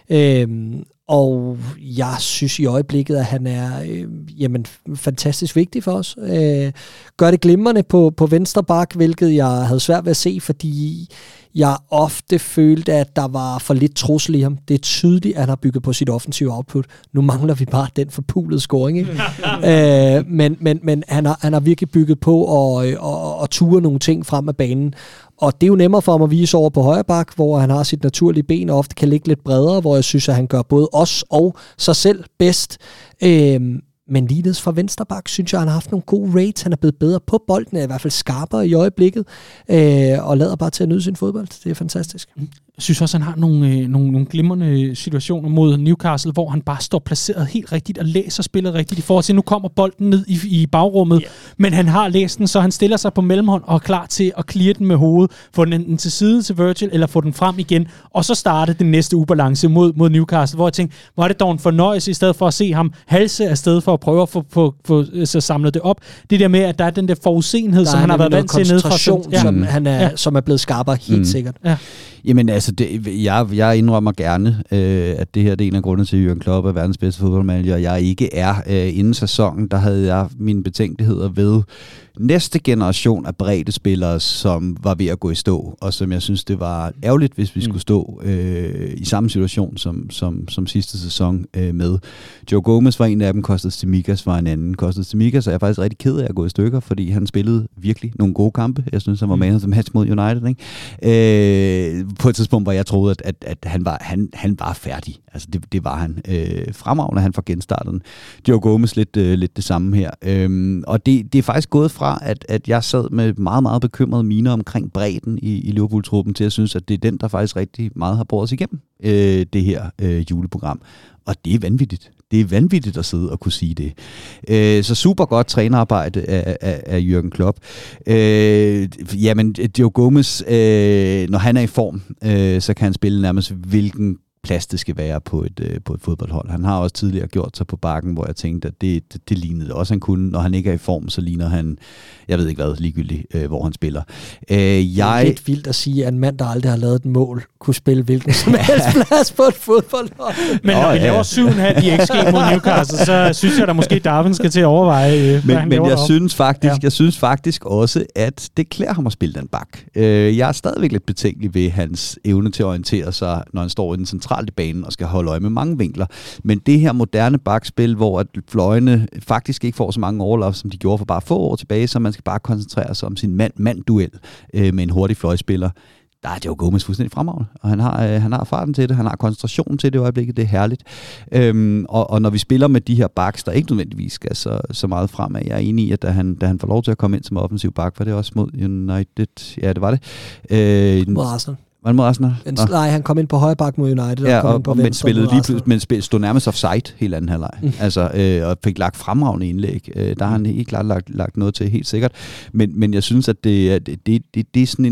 Og jeg synes i øjeblikket, at han er fantastisk vigtig for os. Gør det glimrende på venstre bak, hvilket jeg havde svært ved at se, fordi jeg ofte følte, at der var for lidt trussel i ham. Det er tydeligt, at han har bygget på sit offensive output. Nu mangler vi bare den forpulede scoring, ikke? Men han har virkelig bygget på at ture nogle ting frem af banen. Og det er jo nemmere for ham at vise over på højre bak, hvor han har sit naturlige ben og ofte kan ligge lidt bredere, hvor jeg synes, at han gør både os og sig selv bedst. Men ligeledes fra venstre bak, synes jeg, han har haft nogle gode rates. Han er blevet bedre på bolden, er i hvert fald skarpere i øjeblikket, og lader bare til at nyde sin fodbold. Det er fantastisk. Jeg synes også, han har nogle glimrende situationer mod Newcastle, hvor han bare står placeret helt rigtigt og læser spillet rigtigt i forhold til, nu kommer bolden ned i bagrummet, men han har læst den, så han stiller sig på mellemhånd og er klar til at clear den med hovedet, få den enten til side til Virgil, eller få den frem igen, og så starte den næste ubalance mod Newcastle, hvor jeg tænkte, hvor er det dog en fornøjelse, i stedet for at se ham halse afsted for at prøve at få så samlet det op. Det der med, at der er den der forudsenhed, som han har været vant til nede fra som er blevet skarpere, helt sikkert. Ja. Jamen altså, jeg indrømmer gerne, at det her det er en af grundene til, at Jürgen Klopp er verdens bedste fodboldmanager, og jeg ikke er. Inden sæsonen, der havde jeg mine betænkeligheder ved næste generation af bredde spillere, som var ved at gå i stå, og som jeg synes, det var ærgerligt, hvis vi skulle stå i samme situation som sidste sæson med. Joe Gomez var en af dem, Kostas Tsimikas var en anden. Kostas Tsimikas er jeg faktisk rigtig ked af at gå i stykker, fordi han spillede virkelig nogle gode kampe. Jeg synes, han var man of the match mod United, ikke? På et tidspunkt, hvor jeg troede, at han var færdig. Altså, det var han. Fremragende, han får genstartet. Joe Gomez lidt det samme her. Og det er faktisk gået fra, at jeg sad med meget, meget bekymrede miner omkring bredden i Liverpool-truppen, til at synes, at det er den, der faktisk rigtig meget har båret sig igennem det her juleprogram. Og det er vanvittigt. Det er vanvittigt at sidde og kunne sige det. Så super godt trænerarbejde af Jürgen Klopp. Jamen, Joe Gomez, når han er i form, så kan han spille nærmest hvilken plads det skal være på et fodboldhold. Han har også tidligere gjort sig på bakken, hvor jeg tænkte, at det lignede også, han kunne. Når han ikke er i form, så ligner han, jeg ved ikke hvad, ligegyldigt, hvor han spiller. Det er lidt vildt at sige, at en mand, der aldrig har lavet et mål, kunne spille hvilken som helst plads på et fodboldhold. Men når vi laver 7,5 i XG mod Newcastle, så synes jeg, at måske Darwin skal til at overveje, men jeg synes faktisk også, at det klæder ham at spille den bak. Jeg er stadigvæk lidt betænkelig ved hans evne til at orientere sig, når han står i den centrale banen og skal holde øje med mange vinkler. Men det her moderne bakspil, hvor at fløjene faktisk ikke får så mange overlap, som de gjorde for bare få år tilbage, så man skal bare koncentrere sig om sin mand-duel med en hurtig fløjspiller. Der er Joe Gomez fuldstændig fremragende, og han har farten til det, han har koncentrationen til det i øjeblikket, det er herligt. Og når vi spiller med de her backs, der ikke nødvendigvis skal så meget fremad, jeg er enig i, at da han får lov til at komme ind som offensiv back, var det også mod United? Ja, det var det. Mod Arsenal. Nej, han kom ind på højre bak mod United. Ja, men stod nærmest offside helt anden halvleg. Altså, og fik lagt fremragende indlæg. Der har han ikke lagt noget til, helt sikkert. Men jeg synes, at det er sådan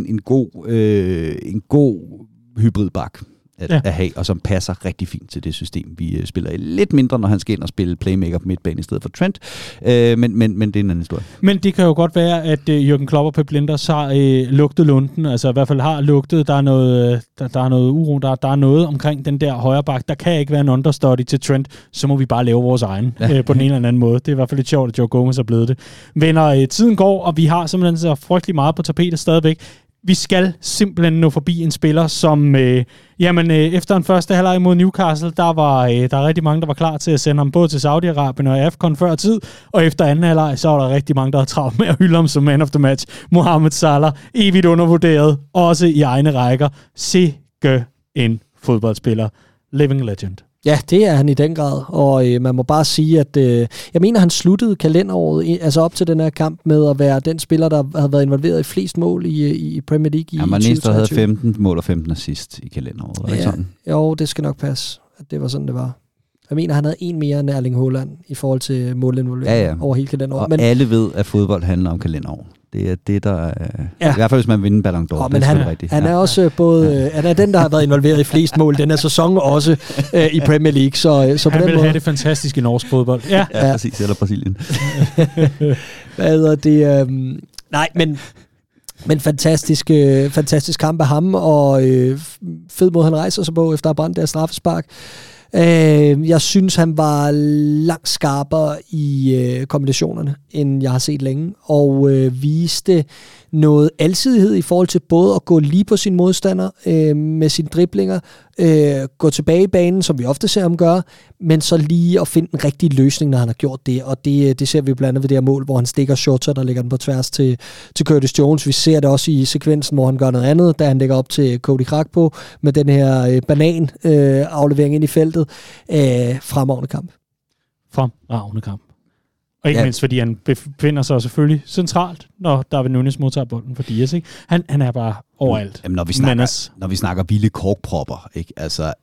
en god hybridbak at have, og som passer rigtig fint til det system, vi spiller i. Lidt mindre, når han skal ind og spille playmaker på midtbanen i stedet for Trent, men det er en anden historie. Men det kan jo godt være, at Jürgen Klopp og Pep Linders har lugtet lunden, altså i hvert fald har lugtet, der er noget uro, der er noget omkring den der højre bak. Der kan ikke være en understudy til Trent, så må vi bare lave vores egen på den ene eller anden måde. Det er i hvert fald lidt sjovt, at Joe Gomez er blevet det. Venner, tiden går, og vi har simpelthen så frygtelig meget på tapetet stadigvæk. Vi skal simpelthen nå forbi en spiller, som efter en første halvleg mod Newcastle, der er rigtig mange, der var klar til at sende ham både til Saudi-Arabien og AFCON før tid, og efter anden halvleg, så var der rigtig mange, der havde travlt med at hylde ham som man of the match. Mohamed Salah, evigt undervurderet, også i egne rækker. Sikke en fodboldspiller. Living legend. Ja, det er han i den grad, og man må bare sige, at jeg mener, han sluttede kalenderåret, altså op til den her kamp, med at være den spiller, der havde været involveret i flest mål i Premier League i 2023. Han var næste, der havde 15 mål og 15 assist i kalenderåret, ikke sådan? Jo, det skal nok passe, at det var sådan, det var. Jeg mener, han havde en mere end Erling Haaland i forhold til målinvolvering over hele kalenderåret. Og alle ved, at fodbold handler om kalenderår. Det er det, der i hvert fald, hvis man vinder Ballon d'Or. Men han er også både han er den, der har været involveret i flest mål den her sæson, også i Premier League. Så han på den vil måde have det fantastiske norsk fodbold. Ja, præcis. Eller Brasilien. Hvad hedder det? Nej, men fantastisk kamp af ham, og fed måde, han rejser sig på, efter at have brændt der straffespark. Jeg synes, han var langt skarpere i kombinationerne, end jeg har set længe, og viste noget alsidighed i forhold til både at gå lige på sin modstander med sine driblinger, gå tilbage i banen, som vi ofte ser ham gøre, men så lige at finde en rigtig løsning, når han har gjort det, og det ser vi blandt andet ved det her mål, hvor han stikker Shota, der lægger den på tværs til Curtis Jones. Vi ser det også i sekvensen, hvor han gør noget andet, da han lægger op til Cody Gakpo med den her banan-aflevering ind i feltet. Fremragende kamp. Fremragende kamp. Og ikke mindst, fordi han befinder sig selvfølgelig centralt, når Darwin Núñez modtager bolden for Diaz. Ikke? Han er bare overalt. Jamen, når vi snakker vilde korkpropper, ikke? Altså,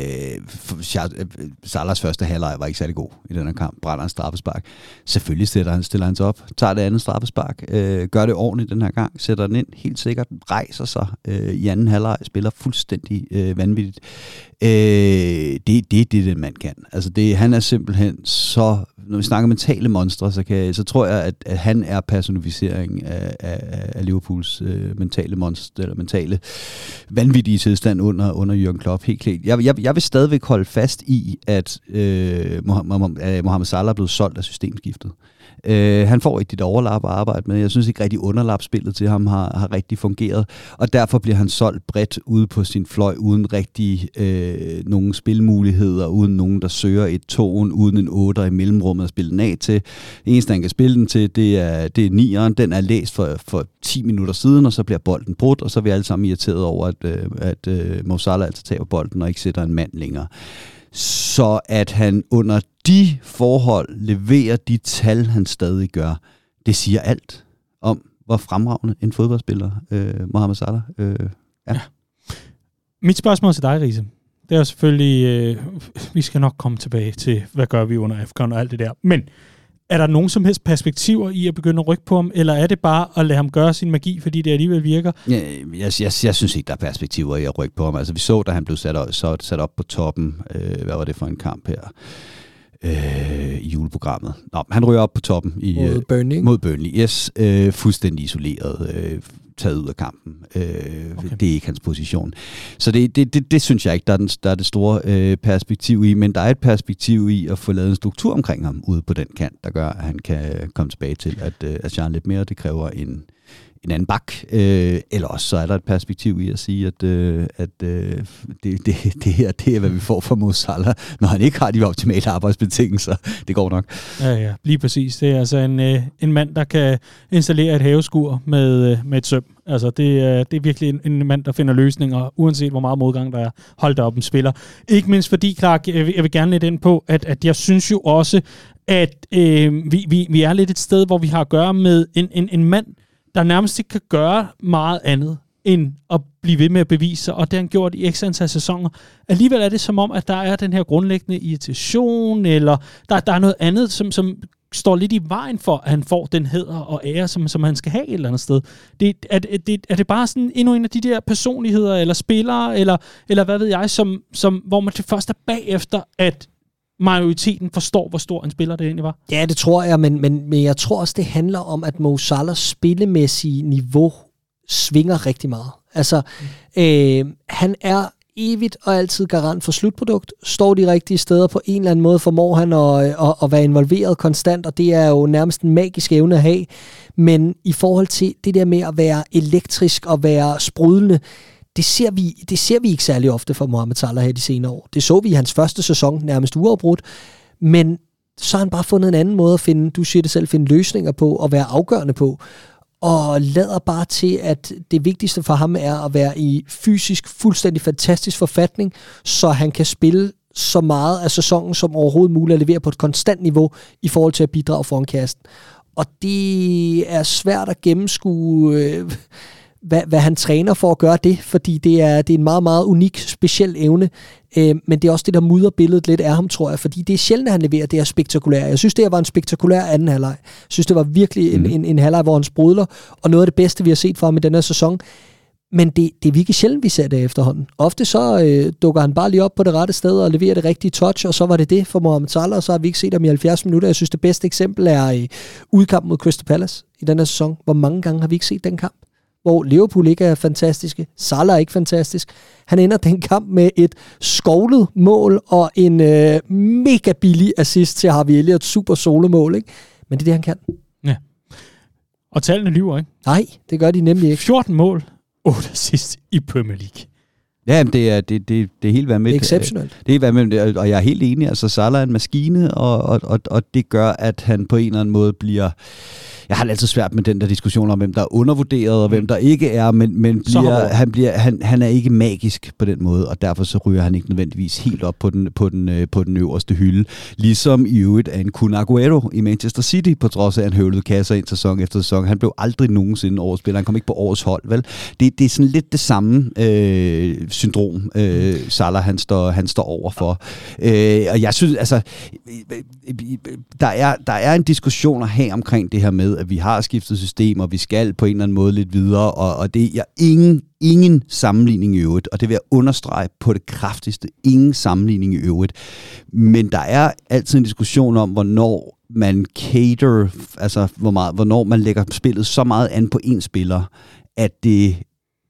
Salahs første halvleg var ikke særlig god i den her kamp. Brænder en straffespark. Selvfølgelig stiller han sig op, tager det andet straffespark, gør det ordentligt den her gang, sætter den ind helt sikkert, rejser sig i anden halvleg, spiller fuldstændig vanvittigt. Det er det, mand kan. Altså, han er simpelthen så... Når vi snakker mentale monstre, så tror jeg, at han er personificering af Liverpools mentale eller mentale vanvittige tilstand under Jürgen Klopp, helt klart. Jeg vil stadigvæk holde fast i, at Mohamed Salah er blevet solgt af systemskiftet. Han får ikke dit overlap at arbejde med. Jeg synes ikke rigtig underlapspillet til ham har rigtig fungeret, og derfor bliver han solgt bredt ude på sin fløj, uden rigtig nogen spilmuligheder, uden nogen, der søger et tone, uden en 8'er i mellemrummet at spille den af til. Det eneste, han kan spille den til, det er 9'eren. Den er læst for 10 minutter siden, og så bliver bolden brudt, og så er vi alle sammen irriteret over, at Mo Salah altid tager bolden og ikke sætter en mand længere. Så at han under de forhold leverer de tal, han stadig gør, det siger alt om, hvor fremragende en fodboldspiller Mohamed Salah er. Mit spørgsmål til dig, Riese, det er selvfølgelig, vi skal nok komme tilbage til, hvad gør vi under AFCON og alt det der, men er der nogen som helst perspektiver i at begynde at rykke på ham, eller er det bare at lade ham gøre sin magi, fordi det alligevel virker? Ja, jeg synes ikke, der er perspektiver i at rykke på ham. Altså, vi så, da han blev sat op på toppen. Hvad var det for en kamp her? I juleprogrammet. Han ryger op på toppen mod Burnley. Yes, fuldstændig isoleret, taget ud af kampen. Okay. Det er ikke hans position. Så det synes jeg ikke, der er det store perspektiv i, men der er et perspektiv i at få lavet en struktur omkring ham ude på den kant, der gør, at han kan komme tilbage til at shine lidt mere. Det kræver en anden bak. Eller også så er der et perspektiv i at sige, at det her, det er, hvad vi får fra Mo Salah, når han ikke har de optimale arbejdsbetingelser. Det går nok. Ja, lige præcis. Det er altså en mand, der kan installere et haveskur med et søm. Altså, det er virkelig en mand, der finder løsninger, uanset hvor meget modgang der er. Hold da op, en spiller. Ikke mindst fordi, Clark, jeg vil gerne lidt ind på, at jeg synes jo også, at vi er lidt et sted, hvor vi har at gøre med en mand, der nærmest ikke kan gøre meget andet, end at blive ved med at bevise sig, og det har han gjort i x antal sæsoner. Alligevel er det som om, at der er den her grundlæggende irritation, eller der er noget andet, som står lidt i vejen for, at han får den hæder og ære, som han skal have et eller andet sted. Er det bare sådan endnu en af de der personligheder, eller spillere, eller hvad ved jeg, hvor man til først er bagefter, at majoriteten forstår, hvor stor en spiller det egentlig var? Ja, det tror jeg, men jeg tror også, det handler om, at Mo Salahs spillemæssige niveau svinger rigtig meget. Altså, han er evigt og altid garant for slutprodukt. Står de rigtige steder på en eller anden måde, formår han at være involveret konstant, og det er jo nærmest en magisk evne at have. Men i forhold til det der med at være elektrisk og være sprudlende, det ser vi ikke særlig ofte for Mohamed Salah her de senere år. Det så vi i hans første sæson, nærmest uafbrudt, men så har han bare fundet en anden måde at finde løsninger på og være afgørende på, og lader bare til, at det vigtigste for ham er at være i fysisk fuldstændig fantastisk forfatning, så han kan spille så meget af sæsonen som overhovedet muligt at levere på et konstant niveau i forhold til at bidrage foran kassen. Og det er svært at gennemskue, hvad han træner for at gøre det, fordi det er en meget, meget unik, speciel evne, men det er også det, der mudrer billedet lidt af ham, tror jeg, fordi det er sjældent, at han leverer det her spektakulære. Jeg synes, det her var en spektakulær anden halvleg. Jeg synes, det var virkelig en halvleg, hvor han sprudler, og noget af det bedste, vi har set fra ham i den her sæson. Men det er virkelig sjældent, vi ser det efterhånden. Ofte så dukker han bare lige op på det rette sted og leverer det rigtige touch, og så var det for Mohamed Salah, og så har vi ikke set ham i 70 minutter. Jeg synes, det bedste eksempel er udkampen mod Crystal Palace i den her sæson. Hvor mange gange har vi ikke set den kamp? Hvor Liverpool ikke er fantastiske, Salah er ikke fantastisk. Han ender den kamp med et skovlet mål og en mega billig assist til Harvey Elliott, super solomål, ikke? Men det er det, han kan. Ja. Og tallene lyver, ikke? Nej, det gør de nemlig ikke. 14 mål, 8 assist i Premier League. Ja, det er helt vanvittigt. Exceptionelt. Det er helt vanvittigt, og jeg er helt enig. Altså, Salah er en maskine, og det gør, at han på en eller anden måde bliver... Jeg har altid svært med den der diskussion om, hvem der er undervurderet, og hvem der ikke er, men han er ikke magisk på den måde, og derfor så ryger han ikke nødvendigvis helt op på den øverste hylde. Ligesom i øvrigt af en Kun Aguero i Manchester City, på trods af, at han høvlede kasser ind sæson efter sæson. Han blev aldrig nogensinde årsspiller. Han kom ikke på årets hold, vel? Det er sådan lidt det samme syndrom, Salah han står overfor. Og jeg synes, altså, der er en diskussion at have omkring det her med, at vi har skiftet system, og vi skal på en eller anden måde lidt videre, og det er ingen sammenligning i øvrigt, og det vil jeg understrege på det kraftigste. Ingen sammenligning i øvrigt. Men der er altid en diskussion om, hvornår man cater, altså hvornår man lægger spillet så meget an på en spiller, at det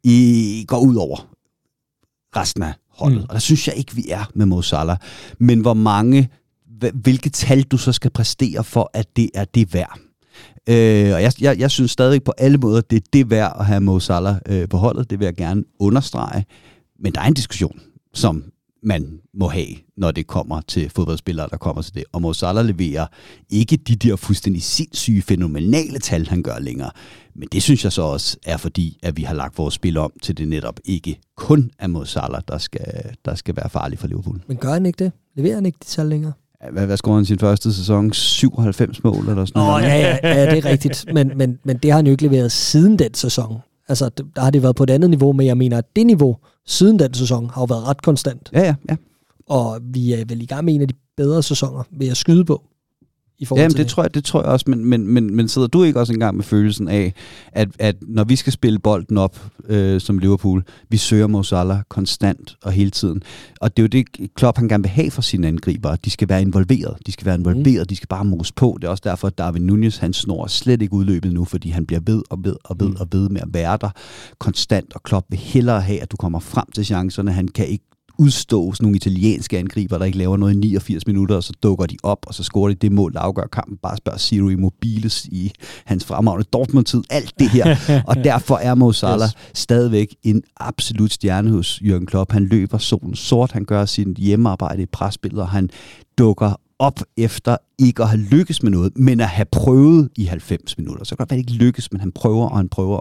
går ud over resten af holdet. Og der synes jeg ikke, vi er med Mo Salah. Men hvilke tal du så skal præstere for, at det er det værd. Og jeg synes stadigvæk på alle måder, det er det værd at have Mo Salah på holdet. Det vil jeg gerne understrege. Men der er en diskussion, som man må have, når det kommer til fodboldspillere, der kommer til det. Og Mo Salah leverer ikke de der fuldstændig sindssyge, fænomenale tal, han gør længere. Men det synes jeg så også er fordi, at vi har lagt vores spil om til det netop ikke kun er Mo Salah, der skal være farlig for Liverpool. Men gør han ikke det? Leverer han ikke de tal længere? Hvad scorede han sin første sæson? 97 mål eller sådan noget? Ja, det er rigtigt. Men det har han jo ikke leveret siden den sæson. Altså, der har det været på et andet niveau, men jeg mener, at det niveau siden den sæson har jo været ret konstant. Ja. Og vi er vel i gang med en af de bedre sæsoner ved at skyde på. Jamen, det tror jeg også, men sidder du ikke også engang med følelsen af, at når vi skal spille bolden op som Liverpool, vi søger Mo Salah konstant og hele tiden. Og det er jo det, Klopp han gerne vil have for sine angriber. De skal være involveret. De skal bare mose på. Det er også derfor, at Darwin Núñez, han snor slet ikke udløbet nu, fordi han bliver ved med at være der konstant. Og Klopp vil hellere have, at du kommer frem til chancerne. Han kan ikke udstå sådan nogle italienske angriber, der ikke laver noget i 89 minutter, og så dukker de op, og så scorer de det mål, der afgør kampen. Bare spørg Ciro Immobiles i hans fremragende Dortmund-tid. Alt det her. Og derfor er Mo Salah stadigvæk en absolut stjerne hos Jürgen Klopp. Han løber solen sort, han gør sin hjemmearbejde i presspillet, og han dukker op efter ikke at have lykkes med noget, men at have prøvet i 90 minutter. Så kan det ikke lykkes, men han prøver, og han prøver,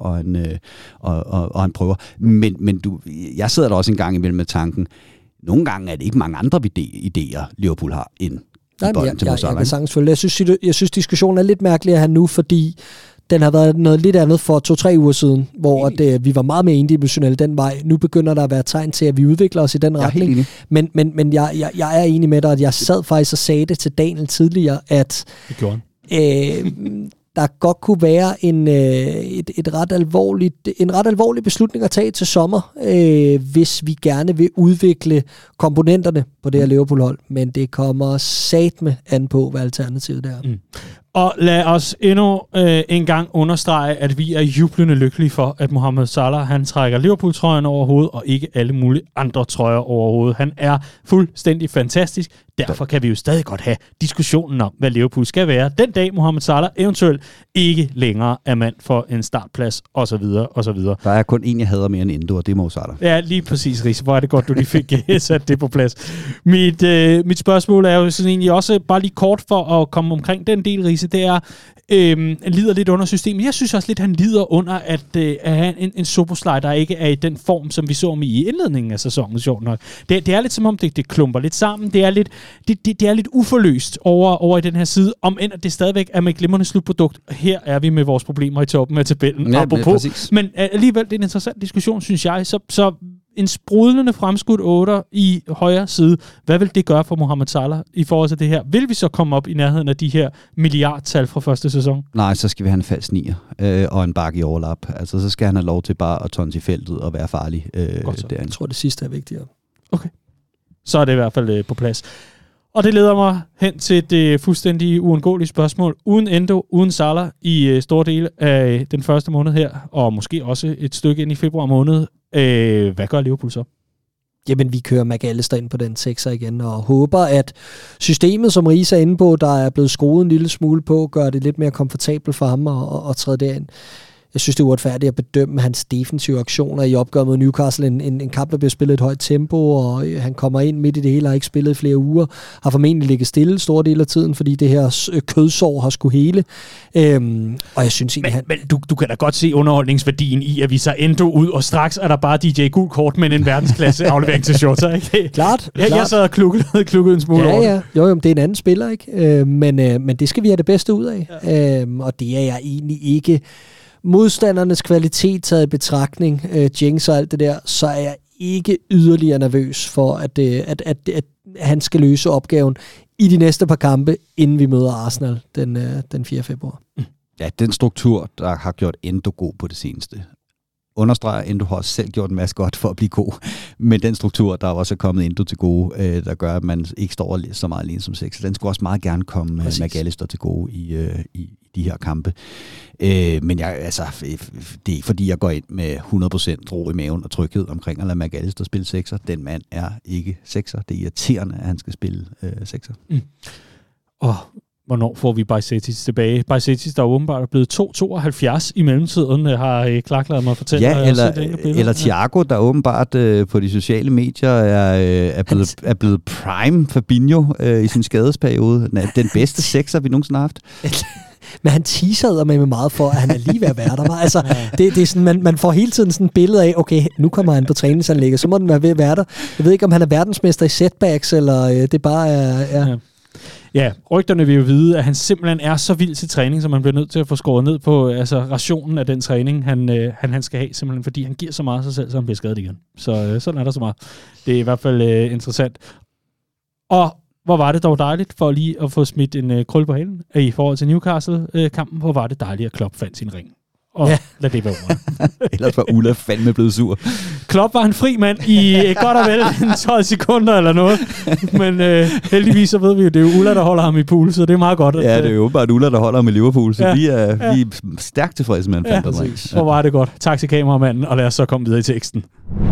og han prøver. Men jeg sidder der også en gang imellem med tanken, nogle gange er det ikke mange andre idéer, Liverpool har, end bolden til Mo Salah. Jeg kan sagtens følge. Jeg synes, diskussionen er lidt mærkelig her nu, fordi den har været noget lidt andet for 2-3 uger siden, hvor vi var meget mere individuelle den vej. Nu begynder der at være tegn til, at vi udvikler os i den retning. Men jeg er enig med dig, at jeg sad faktisk og sagde det til Daniel tidligere, at der godt kunne være en ret alvorlig beslutning at tage til sommer, hvis vi gerne vil udvikle komponenterne på det her Liverpool-hold. Men det kommer satme an på, hvad alternativet er. Og lad os endnu en gang understrege, at vi er jublende lykkelige for, at Mohamed Salah, han trækker Liverpool-trøjen over hovedet, og ikke alle mulige andre trøjer over hovedet. Han er fuldstændig fantastisk. Derfor kan vi jo stadig godt have diskussionen om, hvad Liverpool skal være. Den dag Mohamed Salah eventuelt ikke længere er mand for en startplads, osv. osv. Der er kun en, jeg hader mere end Endo, og det er Mo Salah. Ja, lige præcis, Riese. Hvor er det godt, du lige fik sat det på plads. Mit spørgsmål er jo sådan egentlig også bare lige kort for at komme omkring den del, Riese. Det er, lider lidt under systemet. Jeg synes også lidt, han lider under at have en Szoboszlai, der ikke er i den form, som vi så ham i indledningen af sæsonen, sjovt nok. Det er lidt som om, det klumper lidt sammen. Det er lidt uforløst over i den her side, om end det stadigvæk er med glimrende slutprodukt. Her er vi med vores problemer i toppen af tabellen. Ja, apropos. Men alligevel, det er en interessant diskussion, synes jeg. Så en sprudlende fremskudt 8'er i højre side. Hvad vil det gøre for Mohamed Salah i forhold til det her? Vil vi så komme op i nærheden af de her milliardtal fra første sæson? Nej, så skal vi have en falsk nier og en bakke i overlap. Altså, så skal han have lov til bare at tonse i feltet og være farlig. Jeg tror, det sidste er vigtigere. Okay. Så er det i hvert fald på plads. Og det leder mig hen til det fuldstændig uundgåelige spørgsmål. Uden Endo, uden Salah i store dele af den første måned her, og måske også et stykke ind i februar måned. Hvad gør Liverpool så? Jamen, vi kører McAllister ind på den 6'er igen, og håber, at systemet, som Riese er inde på, der er blevet skruet en lille smule på, gør det lidt mere komfortabelt for ham at træde derind. Jeg synes, det er uretfærdigt at bedømme hans defensive aktioner i opgør mod Newcastle. En kamp, der bliver spillet et højt tempo, og han kommer ind midt i det hele, har ikke spillet i flere uger, har formentlig ligget stille store del af tiden, fordi det her kødsår har skulle hele. Og jeg synes egentlig, men du kan da godt se underholdningsværdien i, at vi så endte ud, og straks er der bare DJ Gulkort med en verdensklasse aflevering til Shota, ikke? Klart. Jeg sad og klukkede en smule over det. Jo, det er en anden spiller, ikke? Men det skal vi have det bedste ud af. Ja. Og det er jeg egentlig ikke. Modstandernes kvalitet taget i betragtning, Jinx og alt det der, så er jeg ikke yderligere nervøs for, at han skal løse opgaven i de næste par kampe, inden vi møder Arsenal den 4. februar. Ja, den struktur, der har gjort Endo god på det seneste, understreger, Endo har også selv gjort en masse godt for at blive god. Men den struktur, der også er kommet Endo til gode, der gør, at man ikke står så meget alene som 6. Den skulle også meget gerne komme McAllister til gode i de her kampe. Men det er ikke fordi, jeg går ind med 100% ro i maven og tryghed omkring at lade McAllister spille 6'er. Den mand er ikke 6'er. Det er irriterende, at han skal spille 6'er. Hvornår får vi Bajcetic tilbage? Bajcetic, der er åbenbart blevet 2,72 i mellemtiden, har Clark ladet mig fortælle. Ja, eller Thiago, der åbenbart på de sociale medier er blevet prime Fabinho i sin skadesperiode. Den bedste 6'er, vi nogensinde har haft. Men han teasede med meget for, at han er lige ved at være der. Altså, det er sådan, man får hele tiden sådan et billede af, okay, nu kommer han på træningsanlægget, så må den være ved at være der. Jeg ved ikke, om han er verdensmester i setbacks, eller det bare er... Ja. Ja, rygterne vil jo vide, at han simpelthen er så vild til træning, så man bliver nødt til at få skåret ned på rationen af den træning, han skal have, simpelthen fordi han giver så meget af sig selv, så han bliver skadet igen. Så sådan er der så meget. Det er i hvert fald interessant. Og hvor var det dog dejligt for lige at få smidt en krølle på halen i forhold til Newcastle-kampen. Hvor var det dejligt, at Klopp fandt sin ring. Og lad det være ordet. Ellers var Ulla fandme blevet sur. Klopp var en fri mand i godt og vel 12 sekunder eller noget. Men heldigvis så ved vi jo, det er jo Ulla, der holder ham i pool, så det er meget godt. Ja, det er jo bare Ulla, der holder ham i Liverpool, så vi er stærkt tilfredse med, at han fandt ring. Hvor var det godt. Tak til kameramanden, og lad os så komme videre i teksten.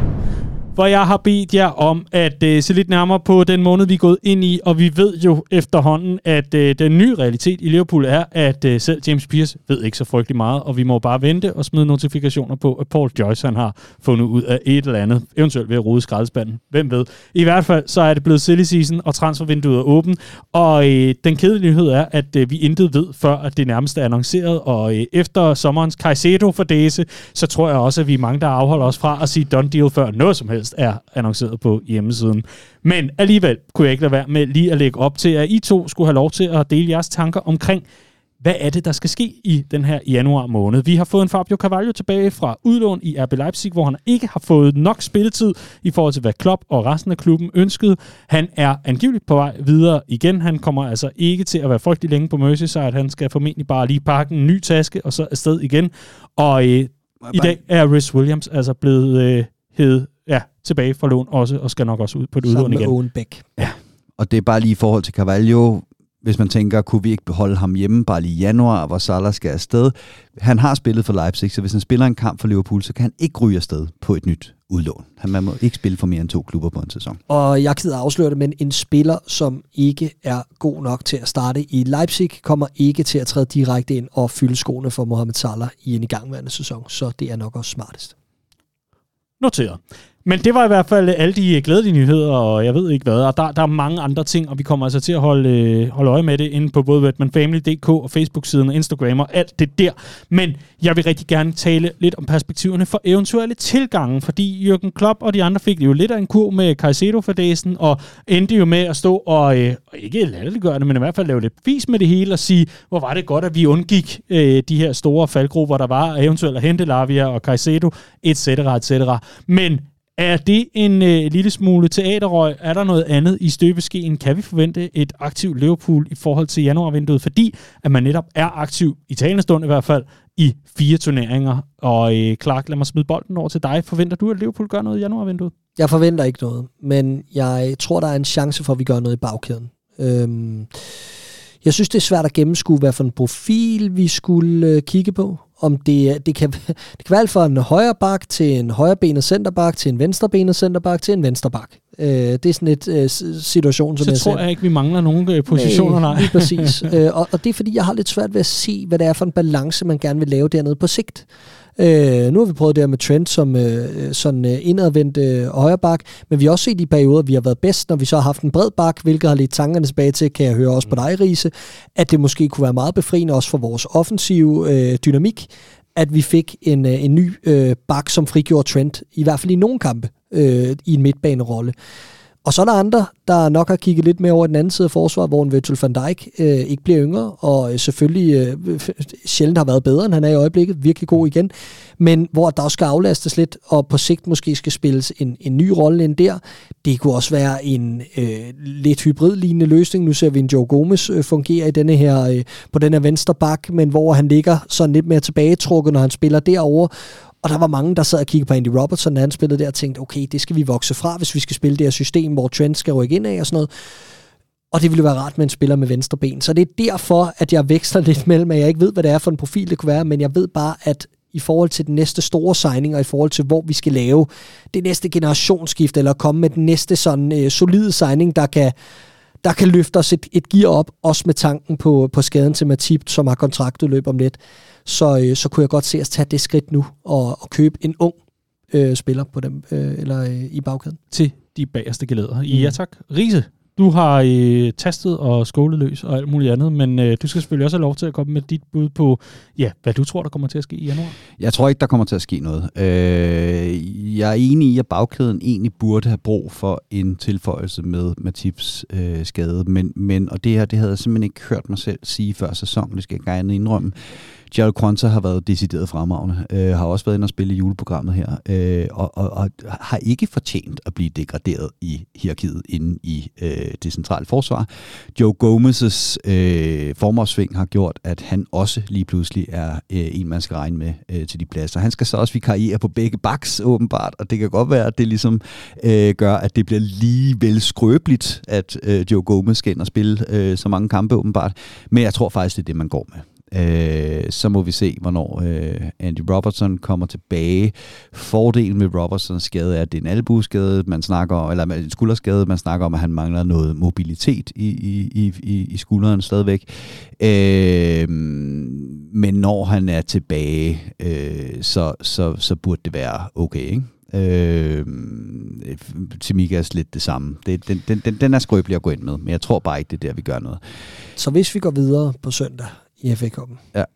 For jeg har bedt jer om at se lidt nærmere på den måned, vi er gået ind i, og vi ved jo efterhånden, at den nye realitet i Liverpool er, at selv James Pearce ved ikke så frygtelig meget, og vi må bare vente og smide notifikationer på, at Paul Joyce han har fundet ud af et eller andet, eventuelt ved at rode skraldespanden. Hvem ved? I hvert fald så er det blevet silly season, og transfervinduet er åben, og den kedelige nyhed er, at vi intet ved, før at det nærmest er annonceret, og efter sommerens Caicedo-fordæse, så tror jeg også, at vi er mange, der afholder os fra at sige done deal før noget som helst er annonceret på hjemmesiden. Men alligevel kunne jeg ikke lade være med lige at lægge op til, at I to skulle have lov til at dele jeres tanker omkring, hvad er det, der skal ske i den her januar måned. Vi har fået en Fabio Carvalho tilbage fra udlån i RB Leipzig, hvor han ikke har fået nok spilletid i forhold til, hvad Klopp og resten af klubben ønskede. Han er angiveligt på vej videre igen. Han kommer altså ikke til at være frygtelig længe på Merseyside. Han skal formentlig bare lige pakke en ny taske og så afsted igen. Og i dag er Rhys Williams altså blevet tilbage fra lån også, og skal nok også ud på et udlån igen. Owen Beck. Ja, og det er bare lige i forhold til Carvalho. Hvis man tænker, kunne vi ikke beholde ham hjemme bare lige i januar, hvor Salah skal afsted. Han har spillet for Leipzig, så hvis han spiller en kamp for Liverpool, så kan han ikke ryge afsted på et nyt udlån. Man må ikke spille for mere end 2 klubber på en sæson. Og jeg kan afsløre det, men en spiller, som ikke er god nok til at starte i Leipzig, kommer ikke til at træde direkte ind og fylde skoene for Mohamed Salah i en igangværende sæson, så det er nok også smartest. Noteret. Men det var i hvert fald alle de glædelige nyheder, og jeg ved ikke hvad. Og der er mange andre ting, og vi kommer altså til at holde øje med det inde på både redmanfamily.dk og Facebook-siden og Instagram og alt det der. Men jeg vil rigtig gerne tale lidt om perspektiverne for eventuelle tilgange, fordi Jürgen Klopp og de andre fik jo lidt af en kur med Caicedo-fordæsen, og endte jo med at stå og ikke latterliggøre det, men i hvert fald lave lidt fis med det hele og sige, hvor var det godt, at vi undgik de her store faldgrupper, der var, eventuelt at hente Lavia og Caicedo, etc. Men er det en lille smule teaterrøg? Er der noget andet i støbeskeen? Kan vi forvente et aktivt Liverpool i forhold til januarvinduet? Fordi at man netop er aktiv, i talende stund i hvert fald, i 4 turneringer. Og Clark, lad mig smide bolden over til dig. Forventer du, at Liverpool gør noget i januarvinduet? Jeg forventer ikke noget, men jeg tror, der er en chance for, at vi gør noget i bagkæden. Jeg synes, det er svært at gennemskue, hvad for en profil vi skulle kigge på. Om det kan være alt fra en højre bak til en højrebenet centerback, til en venstrebenet centerback, til en venstreback. Det er sådan et situation, som så tror jeg ikke, vi mangler nogen positioner. Nej. Lige præcis. Og det er, fordi jeg har lidt svært ved at se, hvad det er for en balance, man gerne vil lave dernede på sigt. Nu har vi prøvet det her med Trent som sådan indadvendt højreback, men vi har også set i perioder, vi har været bedst, når vi så har haft en bred bak, hvilket har lidt tankerne tilbage til, kan jeg høre også på dig, Riese, at det måske kunne være meget befriende også for vores offensive dynamik, at vi fik en ny bak, som frigjorde Trent, i hvert fald i nogle kampe, i en midtbanerolle. Og så er der andre, der nok har kigget lidt mere over den anden side af forsvaret, hvor en Virgil van Dijk ikke bliver yngre, og selvfølgelig sjældent har været bedre, end han er i øjeblikket, virkelig god igen, men hvor der også skal aflastes lidt, og på sigt måske skal spilles en ny rolle ind der. Det kunne også være en lidt hybridlignende løsning. Nu ser vi en Joe Gomez fungere i denne her, på den her venstre bak, men hvor han ligger sådan lidt mere tilbagetrukket, når han spiller derovre. Og der var mange, der sad og kiggede på Andy Robertson, da han spillede der, og tænkte, okay, det skal vi vokse fra, hvis vi skal spille det her system, hvor Trent skal rykke ind af og sådan noget. Og det ville være rart med en spiller med venstre ben. Så det er derfor, at jeg veksler lidt mellem, at jeg ikke ved, hvad det er for en profil, det kunne være, men jeg ved bare, at i forhold til den næste store signing, og i forhold til, hvor vi skal lave det næste generationsskift, eller komme med den næste sådan solide signing, der kan løfte os et gear op, også med tanken på skaden til Matip, som har kontraktudløb om lidt, så kunne jeg godt se os tage det skridt nu, og købe en ung spiller på dem, eller i bagkæden. Til de bagerste geleder. Ja tak. Riese, du har tastet og skålet løs og alt muligt andet, men du skal selvfølgelig også have lov til at komme med dit bud på, hvad du tror, der kommer til at ske i januar. Jeg tror ikke, der kommer til at ske noget. Jeg er enig i, at bagkæden egentlig burde have brug for en tilføjelse med Matips skade, men og det her, det havde jeg simpelthen ikke hørt mig selv sige før sæsonen, det skal jeg gerne indrømme. Gerald Quanta har været decideret fremragende, har også været inde og spille i juleprogrammet her, og har ikke fortjent at blive degraderet i hierarkiet inde i det centrale forsvar. Joe Gomez' formålssving har gjort, at han også lige pludselig er en, man skal regne med til de pladser. Han skal så også vikariere på begge backs, åbenbart, og det kan godt være, at det ligesom gør, at det bliver lige vel skrøbeligt, at Joe Gomez skal ind og spille så mange kampe, åbenbart. Men jeg tror faktisk, det er det, man går med. Så må vi se, hvornår Andy Robertson kommer tilbage. Fordelen med Robertsons skade er, at det er en albueskade, man snakker om, eller en skulderskade, man snakker om, at han mangler noget mobilitet i skulderen stadigvæk. Men når han er tilbage, så burde det være okay, ikke? Tsimikas lidt det samme. Den er skrøbelig at gå ind med, men jeg tror bare ikke, det er der, vi gør noget. Så hvis vi går videre på søndag i FA-cupen,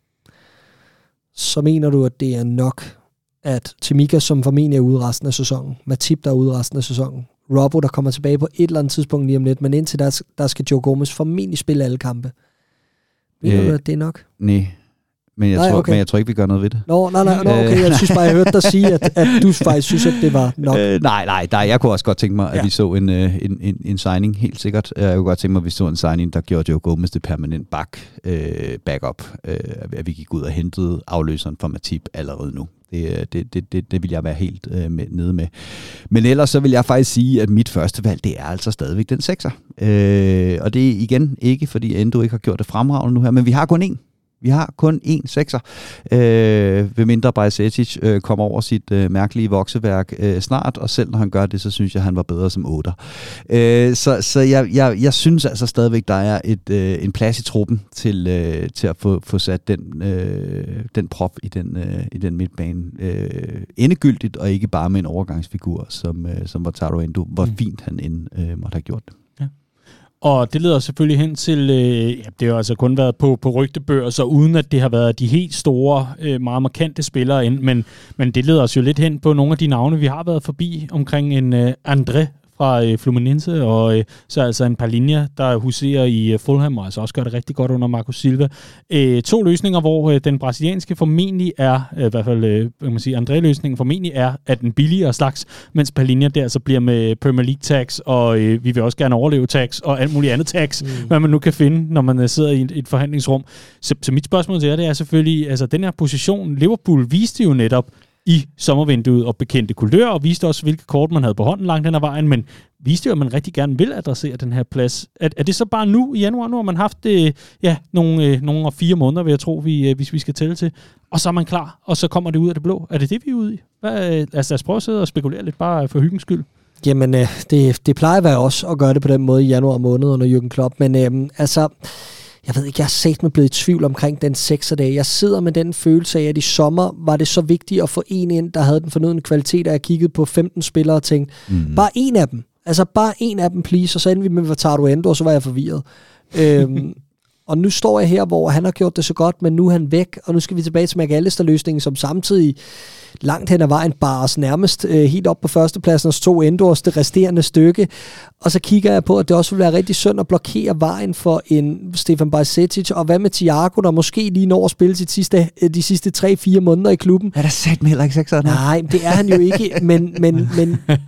så mener du, at det er nok, at Tsimikas, som formentlig er ude resten af sæsonen, Matip, der er ude resten af sæsonen, Robbo, der kommer tilbage på et eller andet tidspunkt lige om lidt, men indtil der skal Joe Gomez formentlig spille alle kampe. Mener du, at det er nok? Nej. Men jeg tror ikke, vi gør noget ved det. Nå, okay. Jeg synes bare, jeg hørte dig sige, at du faktisk synes, at det var nok. Nej. Jeg kunne også godt tænke mig, at vi så en signing, helt sikkert. Jeg kunne godt tænke mig, at vi så en signing, der gjorde Joe Gomez det permanent backup. At vi gik ud og hentede afløseren for Matip allerede nu. Det vil jeg være helt nede med. Men ellers så vil jeg faktisk sige, at mit første valg, det er altså stadigvæk den 6'er. Og det er igen ikke, fordi Endo ikke har gjort det fremragende nu her, men vi har kun én. Vi har kun én 6'er, ved mindre Bajsetic kommer over sit mærkelige vokseværk snart, og selv når han gør det, så synes jeg, han var bedre som 8'er. Så jeg synes altså stadigvæk, der er en plads i truppen til at få sat den prop i den midtbane endegyldigt, og ikke bare med en overgangsfigur, som Wataru Endo, hvor fint han end måtte have gjort det. Og det leder selvfølgelig hen til, det har altså kun været på rygtebøger, så uden at det har været de helt store, meget markante spillere ind, men det leder os jo lidt hen på nogle af de navne, vi har været forbi omkring en André fra Fluminense, og så altså en Palhinha, der huserer i Fulham, og altså også gør det rigtig godt under Marco Silva. 2 løsninger, hvor den brasilianske formentlig er, i hvert fald, kan man sige, André-løsningen formentlig er, at den billigere slags, mens Palhinha der så bliver med Premier League tax, og vi vil også gerne overleve tax, og alt muligt andet tax, hvad man nu kan finde, når man sidder i et forhandlingsrum. Så mit spørgsmål til jer, det er selvfølgelig, altså den her position, Liverpool viste jo netop i sommervinduet og bekendte kulør, og viste også, hvilke kort man havde på hånden langt hen ad vejen, men viste jo, at man rigtig gerne vil adressere den her plads. Er det så bare nu i januar? Nu har man haft nogle 4 måneder, vil jeg tro, hvis vi skal tælle til, og så er man klar, og så kommer det ud af det blå. Er det det, vi er ude i? Lad os prøve at sidde og spekulere lidt, bare for hyggens skyld. Jamen, det plejer at være også at gøre det på den måde i januar måned under Jürgen Klopp, men jeg ved ikke, jeg er satme blevet i tvivl omkring den 6'er dag. Jeg sidder med den følelse af, at i sommer var det så vigtigt at få en ind, der havde den fornødne kvalitet, at jeg kiggede på 15 spillere og tænkte, bare en af dem. Altså bare en af dem, please. Og så endte vi med Wataru Endo, og så var jeg forvirret. Og nu står jeg her, hvor han har gjort det så godt, men nu er han væk, og nu skal vi tilbage til McAllister-løsningen, som samtidig langt hen ad vejen bare os nærmest helt op på førstepladsen, og 2 Endos, det resterende stykke. Og så kigger jeg på, at det også vil være rigtig synd at blokere vejen for en Stefan Bajsetic, og hvad med Thiago, der måske lige når at spille de sidste 3-4 måneder i klubben. Er der sat med heller ikke 6'erne? Nej, det er han jo ikke, men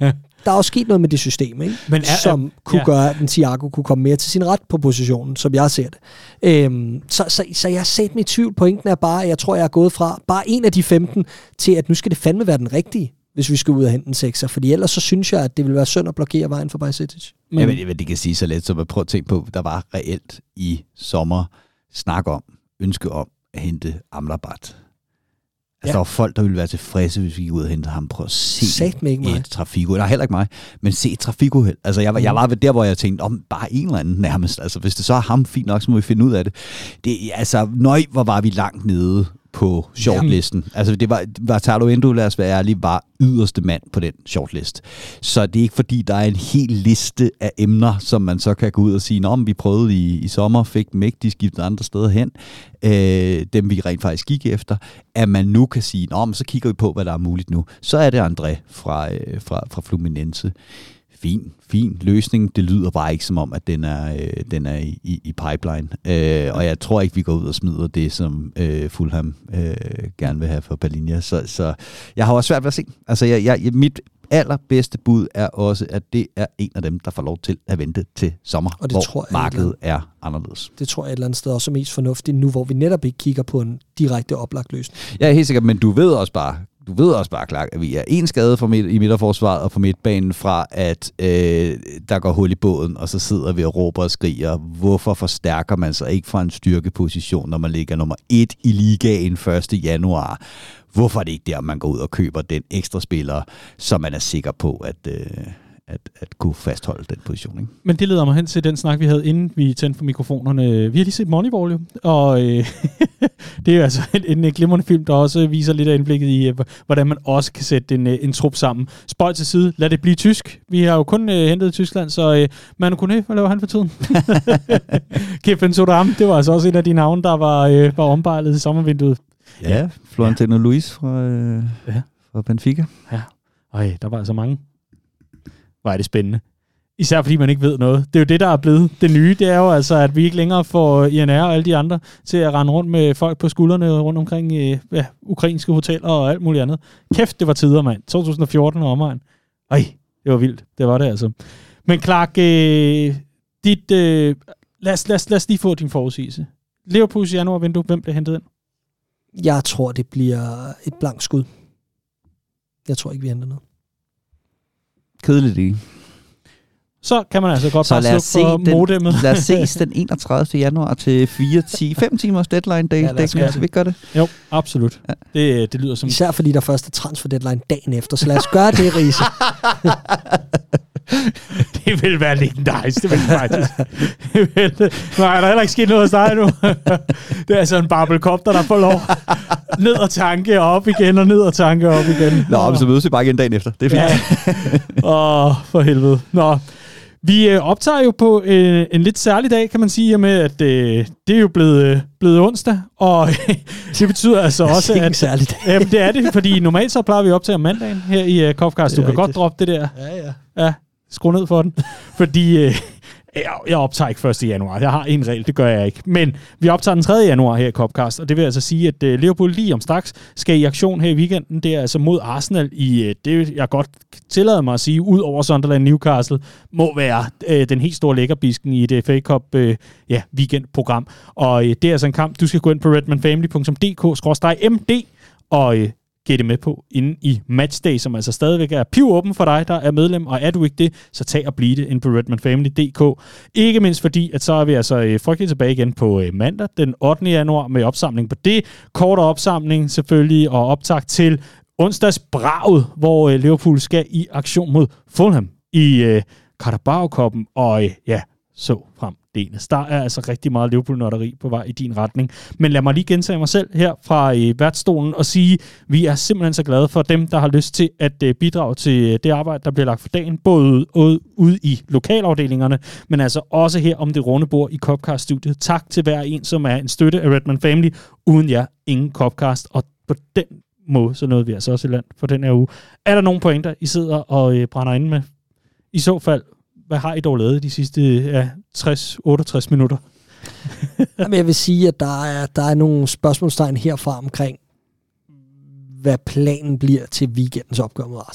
der er også sket noget med det system, ikke? Som kunne gøre, at Thiago kunne komme mere til sin ret på positionen, som jeg ser det. Så jeg har set mig i tvivl. Pointen er bare, at jeg tror, jeg er gået fra bare en af de 15 til, at nu skal det fandme være den rigtige, hvis vi skal ud og hente en sekser. Fordi ellers så synes jeg, at det vil være synd at blokere vejen for Bajsetic. Men det kan sige så let, som at prøve at tænke på, der var reelt i sommer snak om, ønske om at hente Amrabat. Altså, der var folk, der ville være tilfredse, hvis vi gik ud og hente ham. Prøv at se et Trafico. Nej, heller ikke mig, men se et Trafico. Altså, jeg var der, hvor jeg tænkte, bare en eller anden nærmest. Altså, hvis det så er ham, fint nok, så må vi finde ud af det. Altså, hvor var vi langt nede på shortlisten. Altså, det var Talo Endo, lad os være ærlige, var yderste mand på den shortlist. Så det er ikke fordi, der er en hel liste af emner, som man så kan gå ud og sige, vi prøvede i sommer, fik dem ikke, de skiftede andre steder hen. Dem vi rent faktisk gik efter. At man nu kan sige, så kigger vi på, hvad der er muligt nu. Så er det André fra Fluminense. Fin løsning. Det lyder bare ikke som om, at den er i pipeline. Og jeg tror ikke, vi går ud og smider det, som Fulham gerne vil have for Palhinha. Så jeg har også svært ved at se. Altså, mit allerbedste bud er også, at det er en af dem, der får lov til at vente til sommer, og det hvor tror jeg, markedet er anderledes. Det tror jeg et eller andet sted også er mest fornuftigt nu, hvor vi netop ikke kigger på en direkte oplagt løsning. Ja, helt sikkert, men du ved også bare, Clark, at vi er en skade i midterforsvaret og på midtbanen fra, at der går hul i båden, og så sidder vi og råber og skriger, hvorfor forstærker man sig ikke fra en styrkeposition, når man ligger nummer 1 i ligaen 1. januar? Hvorfor er det ikke der, man går ud og køber den ekstra spiller, så man er sikker på, at kunne fastholde den position, ikke? Men det leder mig hen til den snak, vi havde, inden vi tændte for mikrofonerne. Vi har lige set Moneyball, jo. Og det er jo altså en glimrende film, der også viser lidt af indblikket i, hvordan man også kan sætte en trup sammen. Spøj til side, lad det blive tysk. Vi har jo kun hentet i Tyskland, så Manu Kone, hvad laver han for tiden? Kevin Sodam, det var altså også en af de navne, der var ombejlet i sommervinduet. Ja, Florentino Luis fra Benfica. Ja, der var altså mange. Hvor er det spændende. Især fordi man ikke ved noget. Det er jo det, der er blevet det nye. Det er jo altså, at vi ikke længere får INR og alle de andre til at rende rundt med folk på skuldrene rundt omkring ukrainske hoteller og alt muligt andet. Kæft, det var tider, mand. 2014 og omegn. Det var vildt. Det var det altså. Men Clark, lad os lige få din forudsigelse. Liverpools januarvindue, hvem bliver hentet ind? Jeg tror, det bliver et blankt skud. Jeg tror ikke, vi henter noget. Kedeligt ikke. Så kan man altså godt bare slukke for modemmet. Lad os ses den 31. januar til 5 timers deadline day. Skal vi gøre det? Jo, absolut. Ja. Det lyder som... Især fordi der først er transfer deadline dagen efter, så lad os gøre det, Riese. Det vil være legendarisk, det vil faktisk. Nej, der er heller ikke sket noget hos dig nu. Det er altså en barbelkopter, der får lov. Ned og tanke og op igen, og ned og tanke og op igen. Nå, men så mødes vi bare igen dagen efter. Det er fint. Ja. For helvede. Nå, vi optager jo på en lidt særlig dag, kan man sige, med at det er jo blevet onsdag, og det betyder altså også, at... Det er en særlig dag. Jamen, det er det, fordi normalt så plejer vi at optage om mandagen her i Copcast. Du kan godt droppe det der. Ja, skru ned for den. Fordi jeg optager ikke 1. januar. Jeg har en regel, det gør jeg ikke. Men vi optager den 3. januar her i Copcast, og det vil altså sige, at Liverpool lige om straks skal i aktion her i weekenden. Det er altså mod Arsenal i det, jeg godt tillader mig at sige, ud over Sunderland Newcastle, må være den helt store lækkerbisken i et FA Cup weekendprogram. Og det er altså en kamp, du skal gå ind på redmanfamily.dk/md og gætte med på inden i Matchday, som altså stadigvæk er pivåben for dig, der er medlem, og er du ikke det, så tag og bliv det ind på redmanfamily.dk. Ikke mindst fordi, at så er vi altså frygteligt tilbage igen på mandag den 8. januar med opsamling på det. Kortere opsamling selvfølgelig, og optakt til onsdagsbraget, hvor Liverpool skal i aktion mod Fulham i Carabao-koppen, og så frem. Der er altså rigtig meget Liverpool-nørderi på vej i din retning. Men lad mig lige gentage mig selv her fra værtsstolen og sige, at vi er simpelthen så glade for dem, der har lyst til at bidrage til det arbejde, der bliver lagt for dagen, både ude i lokalafdelingerne, men altså også her om det runde bord i Copcast-studiet. Tak til hver en, som er en støtte af Redman Family. Uden jer, ingen Copcast. Og på den måde, så nåede vi altså også i land for den her uge. Er der nogle pointer, I sidder og brænder inde med? I så fald, hvad har I dog lavet de sidste 60-68 minutter? Jamen, jeg vil sige, at der er nogle spørgsmålstegn herfra omkring, hvad planen bliver til weekendens opgør mod Arsenal.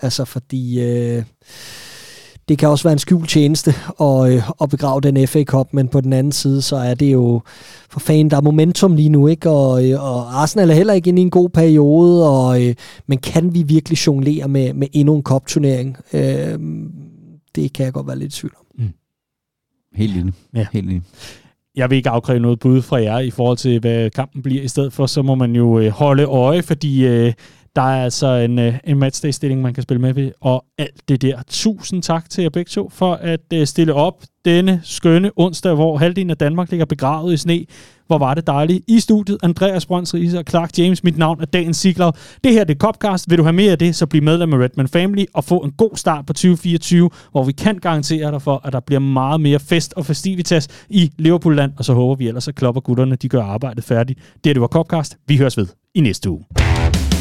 Altså fordi det kan også være en skjult tjeneste at begrave den FA Cup, men på den anden side, så er det jo for fanden, der er momentum lige nu, ikke? Og Arsenal er heller ikke inde i en god periode, men kan vi virkelig jonglere med endnu en cup-turnering? Det kan jeg godt være lidt i tvivl om. Helt enig. Ja. Helt enig. Jeg vil ikke afkræve noget bud fra jer i forhold til, hvad kampen bliver. I stedet for, så må man jo holde øje, fordi der er altså en matchday-stilling, man kan spille med ved, og alt det der. Tusind tak til jer begge to for at stille op denne skønne onsdag, hvor halvdelen af Danmark ligger begravet i sne. Hvor var det dejligt. I studiet, Andreas Brøns Riise og Clark James. Mit navn er Dagens Sigler. Det her det er Copcast. Vil du have mere af det, så bliv medlem af Redman Family og få en god start på 2024, hvor vi kan garantere dig for, at der bliver meget mere fest og festivitas i Liverpoolland, og så håber vi ellers, at Klopp og gutterne de gør arbejdet færdigt. Det var Copcast. Vi høres ved i næste uge.